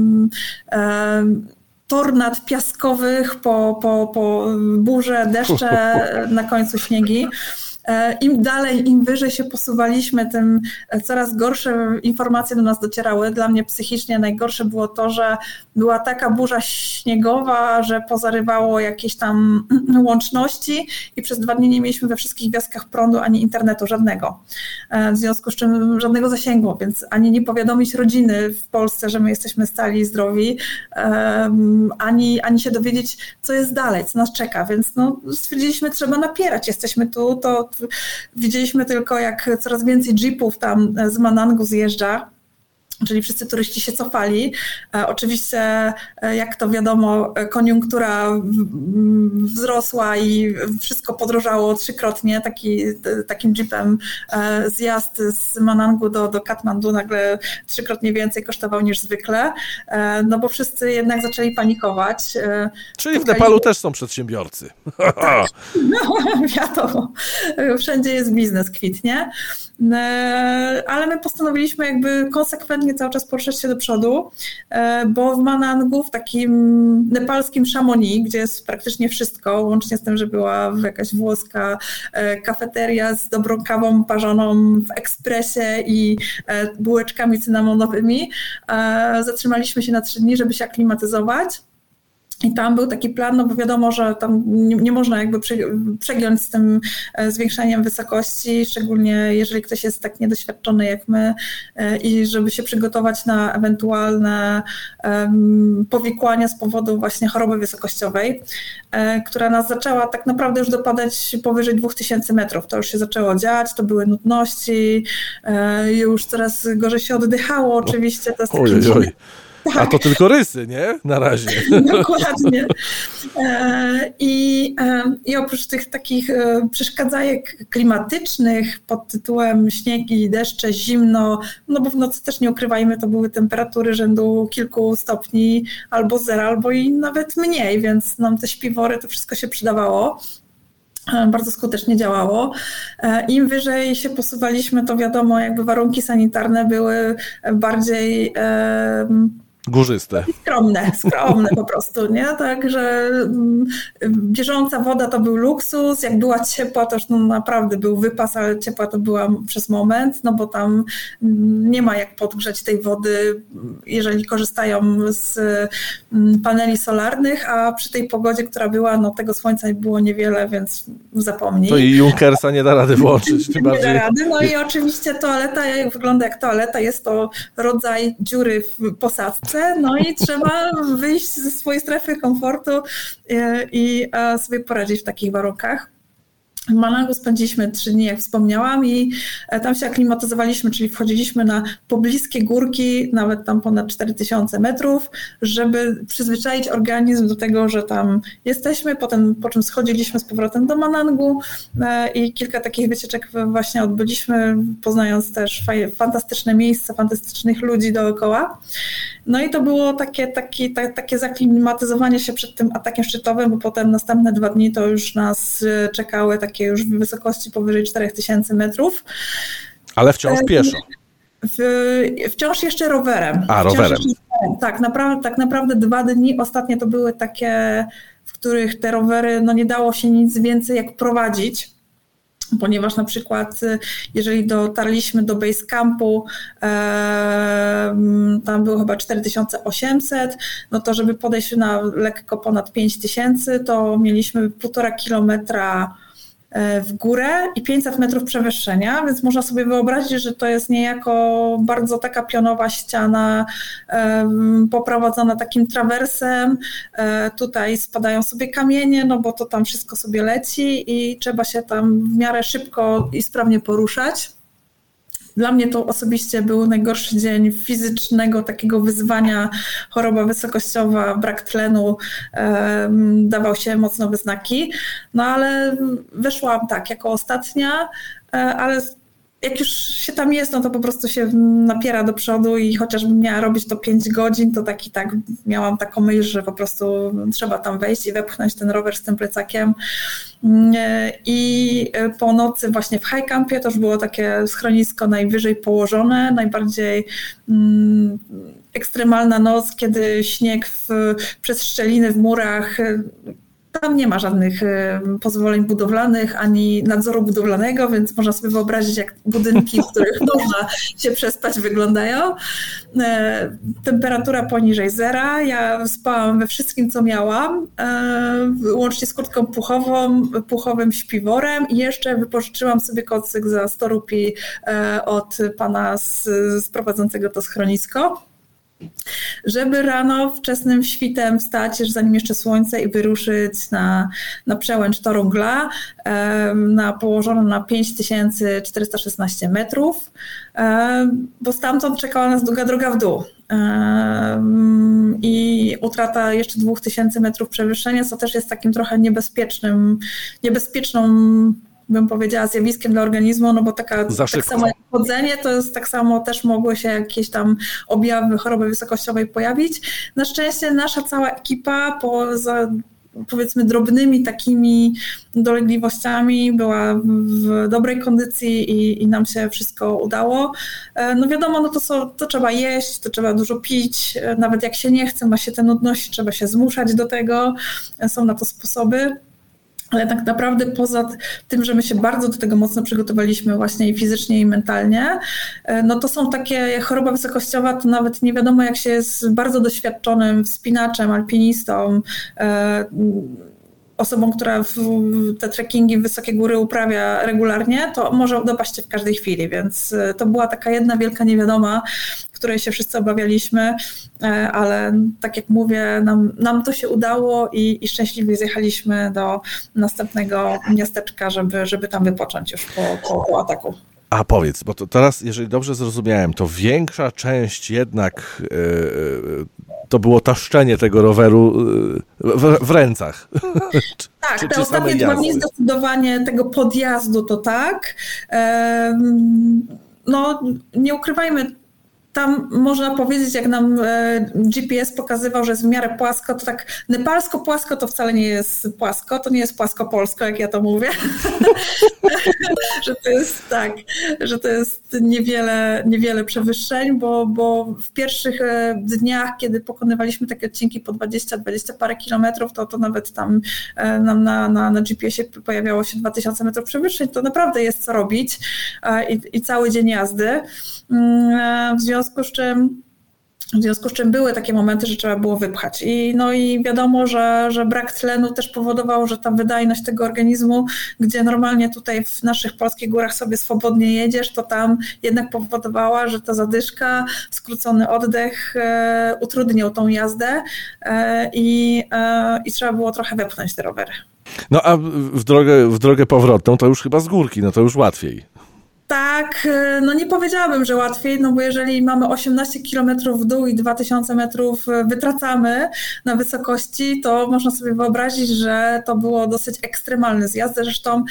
tornad piaskowych po burze, deszcze, na końcu śniegi. Im dalej, im wyżej się posuwaliśmy, tym coraz gorsze informacje do nas docierały. Dla mnie psychicznie najgorsze było to, że była taka burza śniegowa, że pozarywało jakieś tam łączności i przez 2 dni nie mieliśmy we wszystkich wioskach prądu ani internetu żadnego. W związku z czym żadnego zasięgu, więc ani nie powiadomić rodziny w Polsce, że my jesteśmy stali i zdrowi, ani się dowiedzieć, co jest dalej, co nas czeka. Więc no, stwierdziliśmy, trzeba napierać. Jesteśmy tu, to widzieliśmy tylko, jak coraz więcej jeepów tam z Manangu zjeżdża, czyli wszyscy turyści się cofali. Oczywiście, jak to wiadomo, koniunktura wzrosła i wszystko podrożało 3-krotnie. Takim jeepem zjazd z Manangu do Katmandu nagle 3-krotnie więcej kosztował niż zwykle, no bo wszyscy jednak zaczęli panikować. Czyli w Nepalu też są przedsiębiorcy. Tak, no wiadomo, wszędzie jest biznes, kwitnie. Ale my postanowiliśmy jakby konsekwentnie cały czas poruszać się do przodu, bo w Manangu, w takim nepalskim Chamonix, gdzie jest praktycznie wszystko, łącznie z tym, że była jakaś włoska kafeteria z dobrą kawą parzoną w ekspresie i bułeczkami cynamonowymi, zatrzymaliśmy się na 3 dni, żeby się aklimatyzować. I tam był taki plan, no bo wiadomo, że tam nie można jakby przegiąć z tym zwiększaniem wysokości, szczególnie jeżeli ktoś jest tak niedoświadczony jak my i żeby się przygotować na ewentualne powikłania z powodu właśnie choroby wysokościowej, która nas zaczęła tak naprawdę już dopadać powyżej 2000 metrów. To już się zaczęło dziać, to były nudności, już coraz gorzej się oddychało oczywiście. To jest taki A to tylko rysy, nie? Na razie. Dokładnie. I oprócz tych takich przeszkadzajek klimatycznych pod tytułem śnieg i deszcze, zimno, no bo w nocy też nie ukrywajmy, to były temperatury rzędu kilku stopni, albo zera, albo i nawet mniej, więc nam te śpiwory, to wszystko się przydawało. Bardzo skutecznie działało. Im wyżej się posuwaliśmy, to wiadomo, jakby warunki sanitarne były bardziej górzyste. Skromne po prostu, nie? Także bieżąca woda to był luksus, jak była ciepła, to już naprawdę był wypas, ale ciepła to była przez moment, no bo tam nie ma jak podgrzać tej wody, jeżeli korzystają z paneli solarnych, a przy tej pogodzie, która była, no tego słońca było niewiele, więc zapomnij. To i Junkersa nie da rady włączyć. Tym bardziej. Nie da rady. No i oczywiście toaleta wygląda jak toaleta, jest to rodzaj dziury w posadzce, no i trzeba wyjść ze swojej strefy komfortu i sobie poradzić w takich warunkach. W Manangu spędziliśmy 3 dni, jak wspomniałam, i tam się aklimatyzowaliśmy, czyli wchodziliśmy na pobliskie górki, nawet tam ponad 4000 metrów, żeby przyzwyczaić organizm do tego, że tam jesteśmy, po czym schodziliśmy z powrotem do Manangu i kilka takich wycieczek właśnie odbyliśmy, poznając też fantastyczne miejsca, fantastycznych ludzi dookoła. No i to było takie zaklimatyzowanie się przed tym atakiem szczytowym, bo potem następne 2 dni to już nas czekały takie już w wysokości powyżej 4000 metrów. Ale wciąż pieszo. Wciąż jeszcze rowerem. Rowerem. Tak naprawdę 2 dni ostatnie to były takie, w których te rowery, no nie dało się nic więcej jak prowadzić. Ponieważ na przykład jeżeli dotarliśmy do base campu, tam było chyba 4800, no to żeby podejść na lekko ponad 5000, to mieliśmy 1,5 kilometra w górę i 500 metrów przewyższenia, więc można sobie wyobrazić, że to jest niejako bardzo taka pionowa ściana poprowadzona takim trawersem. Tutaj spadają sobie kamienie, no bo to tam wszystko sobie leci i trzeba się tam w miarę szybko i sprawnie poruszać. Dla mnie to osobiście był najgorszy dzień fizycznego takiego wyzwania, choroba wysokościowa, brak tlenu, dawał się mocno we znaki, no ale wyszłam tak jako ostatnia, ale jak już się tam jest, no to po prostu się napiera do przodu i chociażbym miała robić to 5 godzin, to miałam taką myśl, że po prostu trzeba tam wejść i wepchnąć ten rower z tym plecakiem. I po nocy właśnie w high campie to już było takie schronisko najwyżej położone, najbardziej ekstremalna noc, kiedy śnieg przez szczeliny w murach. Tam nie ma żadnych pozwoleń budowlanych ani nadzoru budowlanego, więc można sobie wyobrazić, jak budynki, w których można się przespać, wyglądają. Temperatura poniżej zera. Ja spałam we wszystkim, co miałam, łącznie z kurtką puchowym śpiworem i jeszcze wypożyczyłam sobie kocyk za 100 rupii od pana z prowadzącego to schronisko, żeby rano wczesnym świtem wstać, zanim jeszcze słońce, i wyruszyć na przełęcz Torungla, położoną na 5416 metrów, bo stamtąd czekała nas długa droga w dół. I utrata jeszcze 2000 metrów przewyższenia, co też jest takim trochę niebezpieczną, bym powiedziała, zjawiskiem dla organizmu, no bo tak samo jak chodzenie, to jest tak samo też mogły się jakieś tam objawy choroby wysokościowej pojawić. Na szczęście nasza cała ekipa poza powiedzmy drobnymi takimi dolegliwościami była w dobrej kondycji i nam się wszystko udało. No wiadomo, no to trzeba jeść, to trzeba dużo pić, nawet jak się nie chce, ma się te nudności, trzeba się zmuszać do tego, są na to sposoby. Ale tak naprawdę poza tym, że my się bardzo do tego mocno przygotowaliśmy właśnie i fizycznie, i mentalnie, no to są takie, choroba wysokościowa, to nawet nie wiadomo, jak się jest bardzo doświadczonym wspinaczem, alpinistą, osobą, która te trekkingi w wysokie góry uprawia regularnie, to może dopaść w każdej chwili, więc to była taka jedna wielka niewiadoma, której się wszyscy obawialiśmy, ale tak jak mówię, nam to się udało i szczęśliwie zjechaliśmy do następnego miasteczka, żeby tam wypocząć już po ataku. A powiedz, bo to teraz, jeżeli dobrze zrozumiałem, to większa część jednak to było taszczenie tego roweru w rękach. Tak, te ostatnie 2 dni zdecydowanie tego podjazdu to tak. No, nie ukrywajmy, tam można powiedzieć, jak nam GPS pokazywał, że jest w miarę płasko, to tak nepalsko-płasko to wcale nie jest płasko, to nie jest płasko-polsko, jak ja to mówię. Że to jest tak, że to jest niewiele przewyższeń, bo w pierwszych dniach, kiedy pokonywaliśmy takie odcinki po 20 parę kilometrów, to nawet tam nam na GPS-ie pojawiało się 2000 metrów przewyższeń, to naprawdę jest co robić i cały dzień jazdy. W związku z czym były takie momenty, że trzeba było wypchać. I wiadomo, że brak tlenu też powodował, że ta wydajność tego organizmu, gdzie normalnie tutaj w naszych polskich górach sobie swobodnie jedziesz, to tam jednak powodowała, że ta zadyszka, skrócony oddech utrudniał tą jazdę i trzeba było trochę wepchnąć te rowery. No a w drogę powrotną to już chyba z górki, no to już łatwiej. Tak, no nie powiedziałabym, że łatwiej, no bo jeżeli mamy 18 km w dół i 2000 metrów wytracamy na wysokości, to można sobie wyobrazić, że to było dosyć ekstremalny zjazd. Zresztą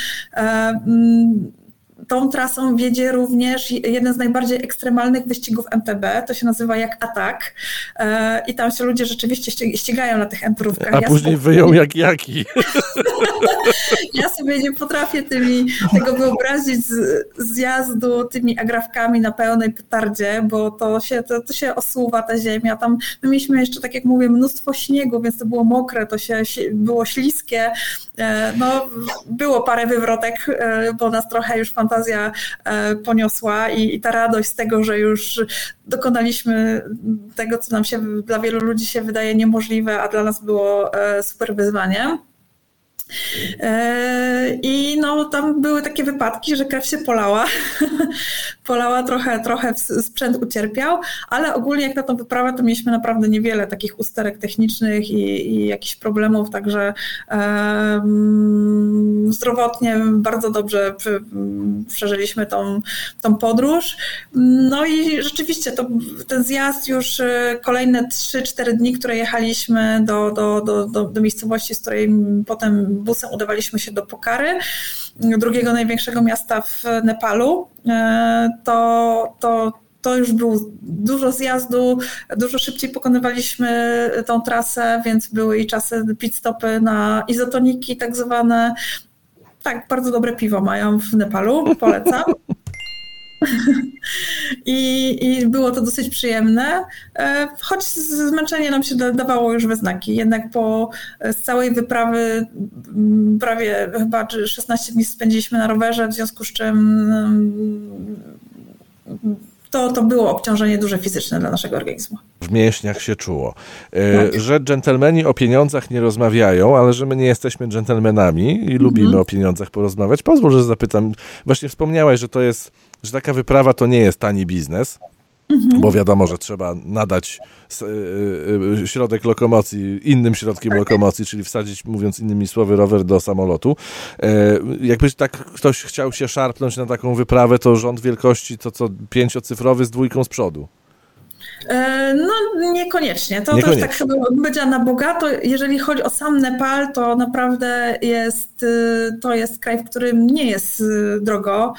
tą trasą wiedzie również jeden z najbardziej ekstremalnych wyścigów MTB, to się nazywa Jak Atak i tam się ludzie rzeczywiście ścigają na tych enturówkach. A później wyją jak jaki. Ja sobie nie potrafię tego wyobrazić zjazdu tymi agrafkami na pełnej petardzie, bo to się osuwa ta ziemia. Tam my mieliśmy jeszcze, tak jak mówię, mnóstwo śniegu, więc to było mokre, to było śliskie. No, było parę wywrotek, bo nas trochę już fantazja poniosła i ta radość z tego, że już dokonaliśmy tego, co nam się dla wielu ludzi się wydaje niemożliwe, a dla nas było super wyzwanie. I no, tam były takie wypadki, że krew się polała. Polała trochę sprzęt ucierpiał, ale ogólnie jak na tą wyprawę to mieliśmy naprawdę niewiele takich usterek technicznych i jakichś problemów, także zdrowotnie bardzo dobrze przeżyliśmy tą podróż. No i rzeczywiście ten zjazd już kolejne 3-4 dni, które jechaliśmy do miejscowości, z której potem busem udawaliśmy się do Pokhary, drugiego największego miasta w Nepalu, to już było dużo zjazdu, dużo szybciej pokonywaliśmy tą trasę, więc były i czasy pit stopy na izotoniki tak zwane. Tak, bardzo dobre piwo mają w Nepalu, polecam. I było to dosyć przyjemne, choć zmęczenie nam się dawało już we znaki. Jednak z całej wyprawy prawie chyba 16 dni spędziliśmy na rowerze, w związku z czym to było obciążenie duże fizyczne dla naszego organizmu. W mięśniach się czuło. Że dżentelmeni o pieniądzach nie rozmawiają, ale że my nie jesteśmy dżentelmenami i lubimy o pieniądzach porozmawiać. Pozwól, że zapytam. Właśnie wspomniałaś, że taka wyprawa to nie jest tani biznes, bo wiadomo, że trzeba nadać środek lokomocji innym środkiem lokomocji, czyli wsadzić, mówiąc innymi słowy, rower do samolotu. Jakby tak ktoś chciał się szarpnąć na taką wyprawę, to rząd wielkości to co 5-cyfrowy z 2 z przodu. No niekoniecznie. To też tak chyba będzie na bogato. Jeżeli chodzi o sam Nepal, to naprawdę to jest kraj, w którym nie jest drogo.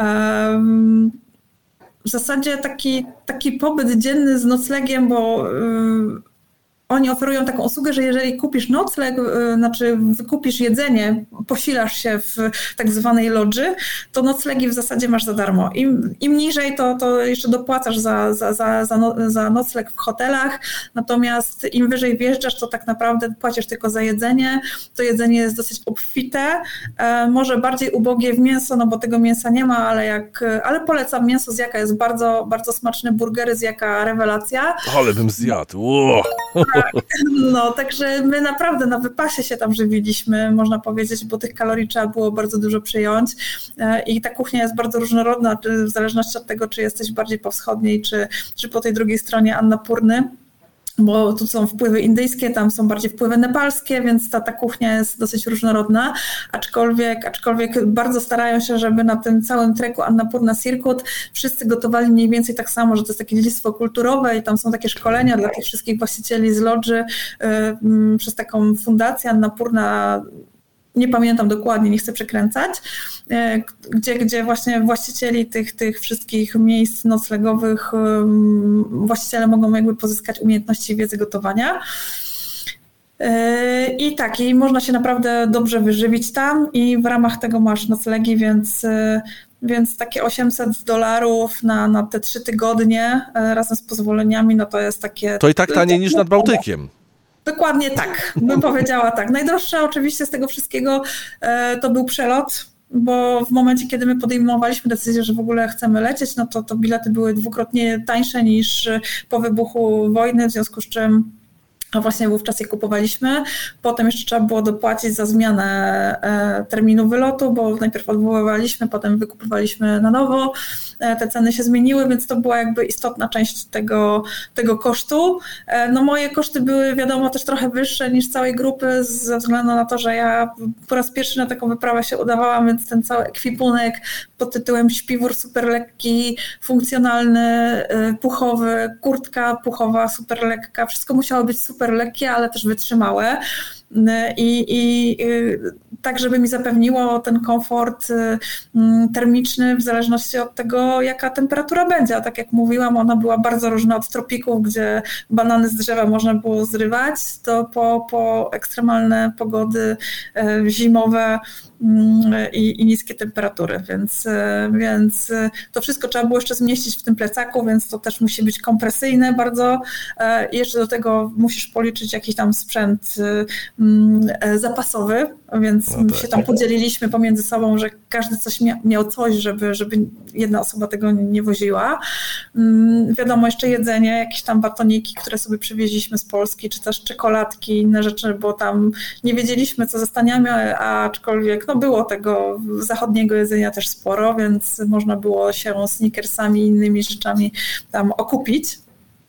W zasadzie taki pobyt dzienny z noclegiem, bo oni oferują taką usługę, że jeżeli kupisz nocleg, znaczy wykupisz jedzenie, posilasz się w tak zwanej lodży, to noclegi w zasadzie masz za darmo. Im niżej, to jeszcze dopłacasz za nocleg w hotelach, natomiast im wyżej wjeżdżasz, to tak naprawdę płacisz tylko za jedzenie. To jedzenie jest dosyć obfite, może bardziej ubogie w mięso, no bo tego mięsa nie ma, ale polecam mięso z jaka, jest bardzo, bardzo smaczne, burgery z jaka, rewelacja. Ale bym zjadł. Wow. No, także my naprawdę na wypasie się tam żywiliśmy, można powiedzieć, bo tych kalorii trzeba było bardzo dużo przyjąć i ta kuchnia jest bardzo różnorodna, w zależności od tego, czy jesteś bardziej po wschodniej, czy po tej drugiej stronie Annapurny. bo tu są wpływy indyjskie, tam są bardziej wpływy nepalskie, więc ta kuchnia jest dosyć różnorodna, aczkolwiek bardzo starają się, żeby na tym całym treku Annapurna Circuit wszyscy gotowali mniej więcej tak samo, że to jest takie dziedzictwo kulturowe i tam są takie szkolenia dla tych wszystkich właścicieli z lodży przez taką fundację Annapurna, nie pamiętam dokładnie, nie chcę przekręcać, gdzie właśnie właścicieli tych wszystkich miejsc noclegowych, właściciele mogą jakby pozyskać umiejętności wiedzy gotowania. I tak, i można się naprawdę dobrze wyżywić tam i w ramach tego masz noclegi, więc takie $800 na te 3 tygodnie razem z pozwoleniami, no to jest takie... To i tak taniej niż nad Bałtykiem. Dokładnie tak, bym powiedziała tak. Najdroższe oczywiście z tego wszystkiego to był przelot, bo w momencie, kiedy my podejmowaliśmy decyzję, że w ogóle chcemy lecieć, no to bilety były 2-krotnie tańsze niż po wybuchu wojny, w związku z czym właśnie wówczas je kupowaliśmy. Potem jeszcze trzeba było dopłacić za zmianę terminu wylotu, bo najpierw odwoływaliśmy, potem wykupywaliśmy na nowo. Te ceny się zmieniły, więc to była jakby istotna część tego kosztu. No moje koszty były wiadomo też trochę wyższe niż całej grupy ze względu na to, że ja po raz pierwszy na taką wyprawę się udawałam, więc ten cały ekwipunek pod tytułem śpiwór super lekki, funkcjonalny, puchowy, kurtka puchowa super lekka, wszystko musiało być super lekkie, ale też wytrzymałe. I tak, żeby mi zapewniło ten komfort termiczny w zależności od tego, jaka temperatura będzie. A tak jak mówiłam, ona była bardzo różna od tropików, gdzie banany z drzewa można było zrywać, to po ekstremalne pogody zimowe i niskie temperatury, więc to wszystko trzeba było jeszcze zmieścić w tym plecaku, więc to też musi być kompresyjne bardzo. I jeszcze do tego musisz policzyć jakiś tam sprzęt zapasowy, więc no tak. Się tam podzieliliśmy pomiędzy sobą, że każdy coś miał coś, żeby jedna osoba tego nie woziła. Wiadomo, jeszcze jedzenie, jakieś tam batoniki, które sobie przywieźliśmy z Polski, czy też czekoladki, inne rzeczy, bo tam nie wiedzieliśmy, co zostaniemy, aczkolwiek no było tego zachodniego jedzenia też sporo, więc można było się Snickersami i innymi rzeczami tam okupić.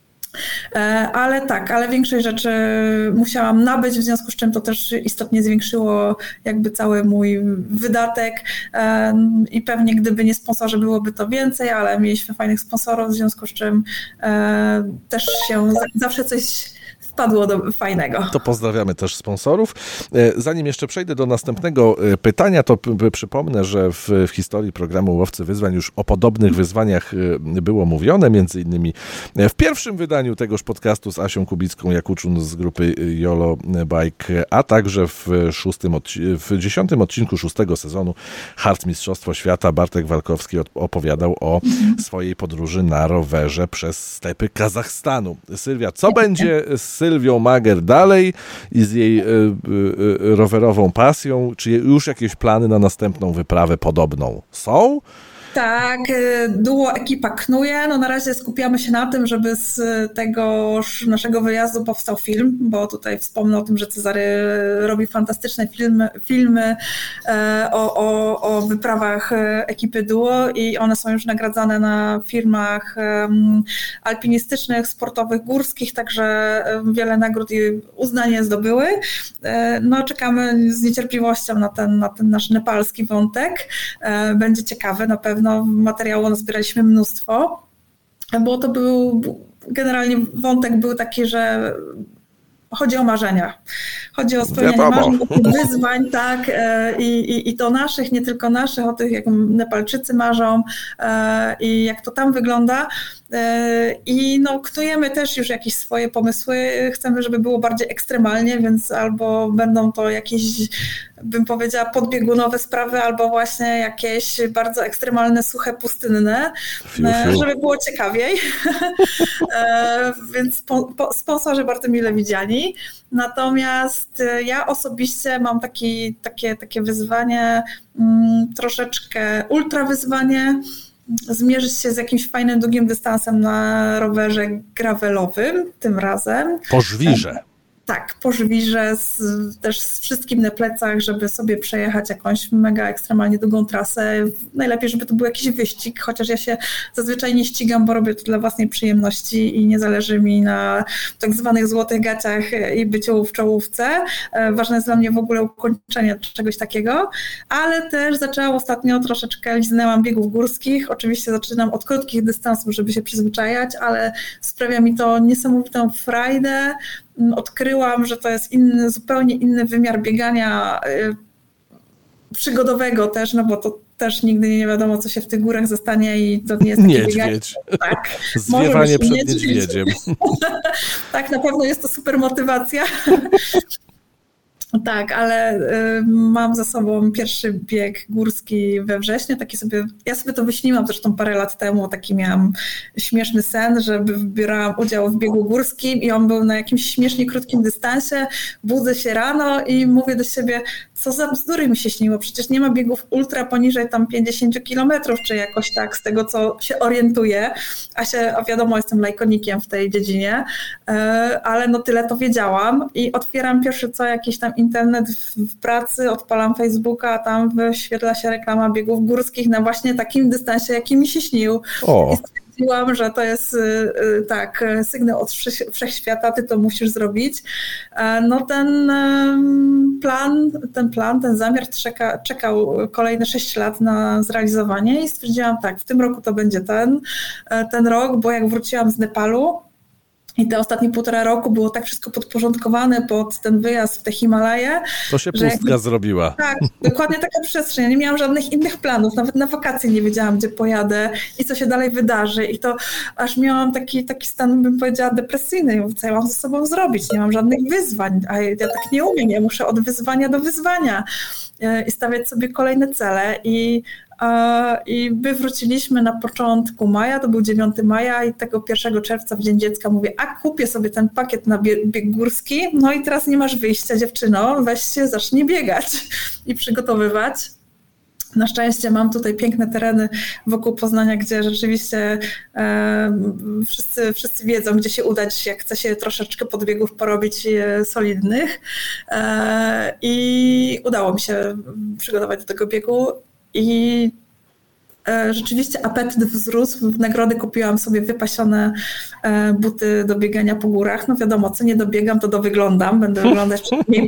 Ale większość rzeczy musiałam nabyć, w związku z czym to też istotnie zwiększyło jakby cały mój wydatek i pewnie gdyby nie sponsorzy byłoby to więcej, ale mieliśmy fajnych sponsorów, w związku z czym też się zawsze coś wpadło do fajnego. To pozdrawiamy też sponsorów. Zanim jeszcze przejdę do następnego pytania, to przypomnę, że w historii programu Łowcy Wyzwań już o podobnych wyzwaniach było mówione, między innymi w pierwszym wydaniu tegoż podcastu z Asią Kubicką Jakuczun z grupy YOLO Bike, a także w 10. odcinku 6. sezonu Hart Mistrzostwo Świata Bartek Walkowski opowiadał o swojej podróży na rowerze przez stepy Kazachstanu. Sylwia, co będzie z Sylwią Mager dalej i z jej rowerową pasją? Czy już jakieś plany na następną wyprawę podobną są? Tak, duo ekipa knuje. No na razie skupiamy się na tym, żeby z tego naszego wyjazdu powstał film, bo tutaj wspomnę o tym, że Cezary robi fantastyczne filmy o wyprawach ekipy duo i one są już nagradzane na firmach alpinistycznych, sportowych, górskich, także wiele nagród i uznanie zdobyły. No czekamy z niecierpliwością na ten nasz nepalski wątek. Będzie ciekawy na pewno. Materiału nazbieraliśmy mnóstwo, bo to generalnie wątek był taki, że chodzi o marzenia. Chodzi o spełnianie marzeń, wyzwań, tak, i to naszych, nie tylko naszych, o tych, jak Nepalczycy marzą i jak to tam wygląda. I no, knujemy też już jakieś swoje pomysły. Chcemy, żeby było bardziej ekstremalnie, więc albo będą to jakieś, bym powiedziała, podbiegunowe sprawy, albo właśnie jakieś bardzo ekstremalne, suche, pustynne, żeby było ciekawiej. Więc sponsorzy bardzo mile widziani. Natomiast ja osobiście mam takie wyzwanie, troszeczkę ultra wyzwanie, zmierzyć się z jakimś fajnym, długim dystansem na rowerze gravelowym tym razem. Po żwirze. tak, po żwirze, też z wszystkim na plecach, żeby sobie przejechać jakąś mega ekstremalnie długą trasę. Najlepiej, żeby to był jakiś wyścig, chociaż ja się zazwyczaj nie ścigam, bo robię to dla własnej przyjemności i nie zależy mi na tak zwanych złotych gaciach i byciu w czołówce. Ważne jest dla mnie w ogóle ukończenie czegoś takiego, ale też zaczęłam ostatnio troszeczkę, liznęłam biegów górskich. Oczywiście zaczynam od krótkich dystansów, żeby się przyzwyczajać, ale sprawia mi to niesamowitą frajdę. Odkryłam, że to jest zupełnie inny wymiar biegania przygodowego też, no bo to też nigdy nie wiadomo, co się w tych górach zastanie i to nie jest takie niedźwiedź. bieganie. Tak, zwiewanie przed niedźwiedziem. Tak, na pewno jest to super motywacja. Tak, ale mam za sobą pierwszy bieg górski we wrześniu, ja sobie to wyśniłam zresztą parę lat temu, taki miałam śmieszny sen, że wybierałam udział w biegu górskim i on był na jakimś śmiesznie krótkim dystansie, budzę się rano i mówię do siebie, co za bzdury mi się śniło, przecież nie ma biegów ultra poniżej tam 50 kilometrów, czy jakoś tak, z tego co się orientuję, a wiadomo, jestem lajkonikiem w tej dziedzinie, ale no tyle to wiedziałam i otwieram pierwsze co jakiś tam internet w pracy, odpalam Facebooka, a tam wyświetla się reklama biegów górskich na właśnie takim dystansie, jaki mi się śnił. I stwierdziłam, że to jest tak, sygnał od wszechświata, ty to musisz zrobić. No ten zamiar czekał kolejne 6 lat na zrealizowanie i stwierdziłam tak, w tym roku to będzie ten rok, bo jak wróciłam z Nepalu, i te ostatnie 1,5 roku było tak wszystko podporządkowane pod ten wyjazd w te Himalaje. To się pustka zrobiła. Tak, dokładnie taka przestrzeń. Ja nie miałam żadnych innych planów. Nawet na wakacje nie wiedziałam, gdzie pojadę i co się dalej wydarzy. I to aż miałam taki stan, bym powiedziała, depresyjny. Co ja mam ze sobą zrobić? Nie mam żadnych wyzwań. A ja tak nie umiem. Ja muszę od wyzwania do wyzwania i stawiać sobie kolejne cele. I my wróciliśmy na początku maja, to był 9 maja i tego 1 czerwca w Dzień Dziecka mówię, kupię sobie ten pakiet na bieg górski, no i teraz nie masz wyjścia, dziewczyno, weź się, zacznij biegać i przygotowywać. Na szczęście mam tutaj piękne tereny wokół Poznania, gdzie rzeczywiście wszyscy wiedzą, gdzie się udać, jak chce się troszeczkę podbiegów porobić solidnych. I udało mi się przygotować do tego biegu. I rzeczywiście apetyt wzrósł. W nagrody kupiłam sobie wypasione buty do biegania po górach. No wiadomo, co nie dobiegam, to dowyglądam. Będę wyglądać przynajmniej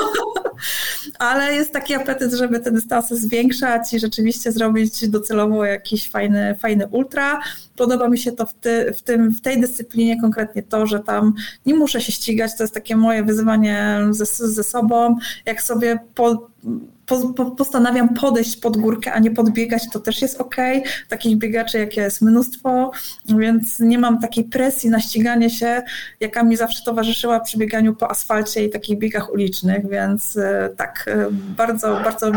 ale jest taki apetyt, żeby te dystanse zwiększać i rzeczywiście zrobić docelowo jakiś fajny ultra. Podoba mi się to w tej dyscyplinie konkretnie to, że tam nie muszę się ścigać, to jest takie moje wyzwanie ze sobą. Jak sobie postanawiam podejść pod górkę, a nie podbiegać, to też jest okej. Takich biegaczy jak ja jest mnóstwo, więc nie mam takiej presji na ściganie się, jaka mi zawsze towarzyszyła przy bieganiu po asfalcie i takich biegach ulicznych, więc tak, bardzo, bardzo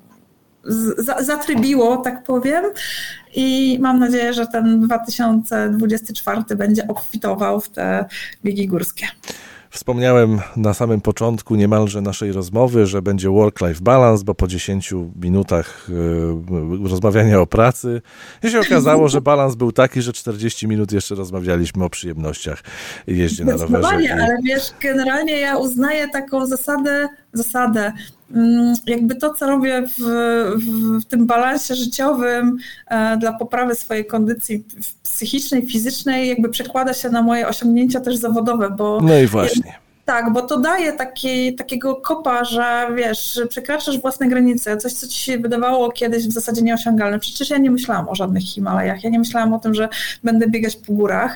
zatrybiło, tak powiem. I mam nadzieję, że ten 2024 będzie obfitował w te biegi górskie. Wspomniałem na samym początku niemalże naszej rozmowy, że będzie work-life balance, bo po 10 minutach rozmawiania o pracy się okazało, że balans był taki, że 40 minut jeszcze rozmawialiśmy o przyjemnościach jeździe na rowerze. Ale wiesz, generalnie ja uznaję taką zasadę, jakby to, co robię w tym balansie życiowym dla poprawy swojej kondycji psychicznej, fizycznej, jakby przekłada się na moje osiągnięcia też zawodowe, bo... No i właśnie. Tak, bo to daje takiego kopa, że wiesz, przekraczasz własne granice, coś, co ci się wydawało kiedyś w zasadzie nieosiągalne. Przecież ja nie myślałam o żadnych Himalajach, ja nie myślałam o tym, że będę biegać po górach,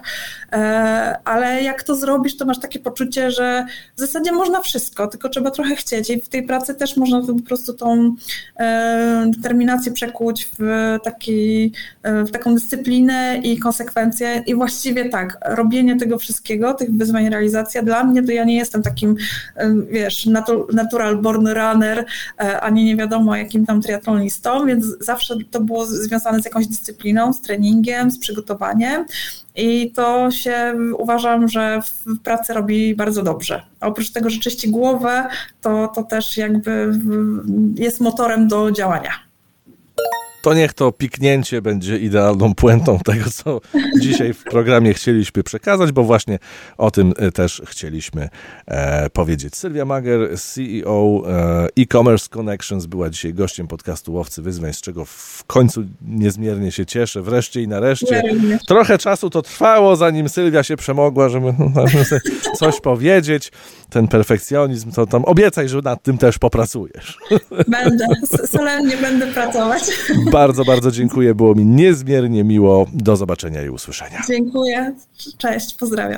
ale jak to zrobisz, to masz takie poczucie, że w zasadzie można wszystko, tylko trzeba trochę chcieć i w tej pracy też można po prostu tą determinację przekuć w taką dyscyplinę i konsekwencje i właściwie tak, robienie tego wszystkiego, tych wyzwań, realizacja, dla mnie to ja nie jestem takim, wiesz, natural born runner, ani nie wiadomo jakim tam triatlonistą, więc zawsze to było związane z jakąś dyscypliną, z treningiem, z przygotowaniem i to się uważam, że w pracy robi bardzo dobrze. A oprócz tego, że czyści głowę, to też jakby jest motorem do działania. to niech to piknięcie będzie idealną puentą tego, co dzisiaj w programie chcieliśmy przekazać, bo właśnie o tym też chcieliśmy powiedzieć. Sylwia Mager, CEO e-commerce Connections, była dzisiaj gościem podcastu Łowcy Wyzwań, z czego w końcu niezmiernie się cieszę. Wreszcie i nareszcie. Trochę czasu to trwało, zanim Sylwia się przemogła, żeby coś powiedzieć. Ten perfekcjonizm, to tam obiecaj, że nad tym też popracujesz. Będę, solennie będę pracować. Bardzo, bardzo dziękuję. Było mi niezmiernie miło. Do zobaczenia i usłyszenia. Dziękuję. Cześć, pozdrawiam.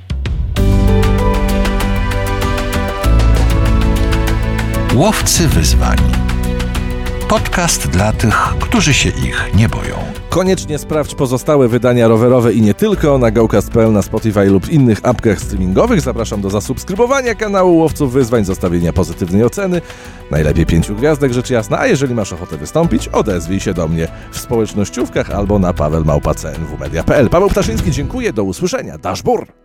Łowcy Wyzwań. Podcast dla tych, którzy się ich nie boją. Koniecznie sprawdź pozostałe wydania rowerowe i nie tylko na GoCast.pl, na Spotify lub innych apkach streamingowych. Zapraszam do zasubskrybowania kanału Łowców Wyzwań, zostawienia pozytywnej oceny, najlepiej 5 gwiazdek, rzecz jasna, a jeżeli masz ochotę wystąpić, odezwij się do mnie w społecznościówkach albo na paweł@cnwmedia.pl. Paweł Ptaszyński, dziękuję, do usłyszenia. Dashbur!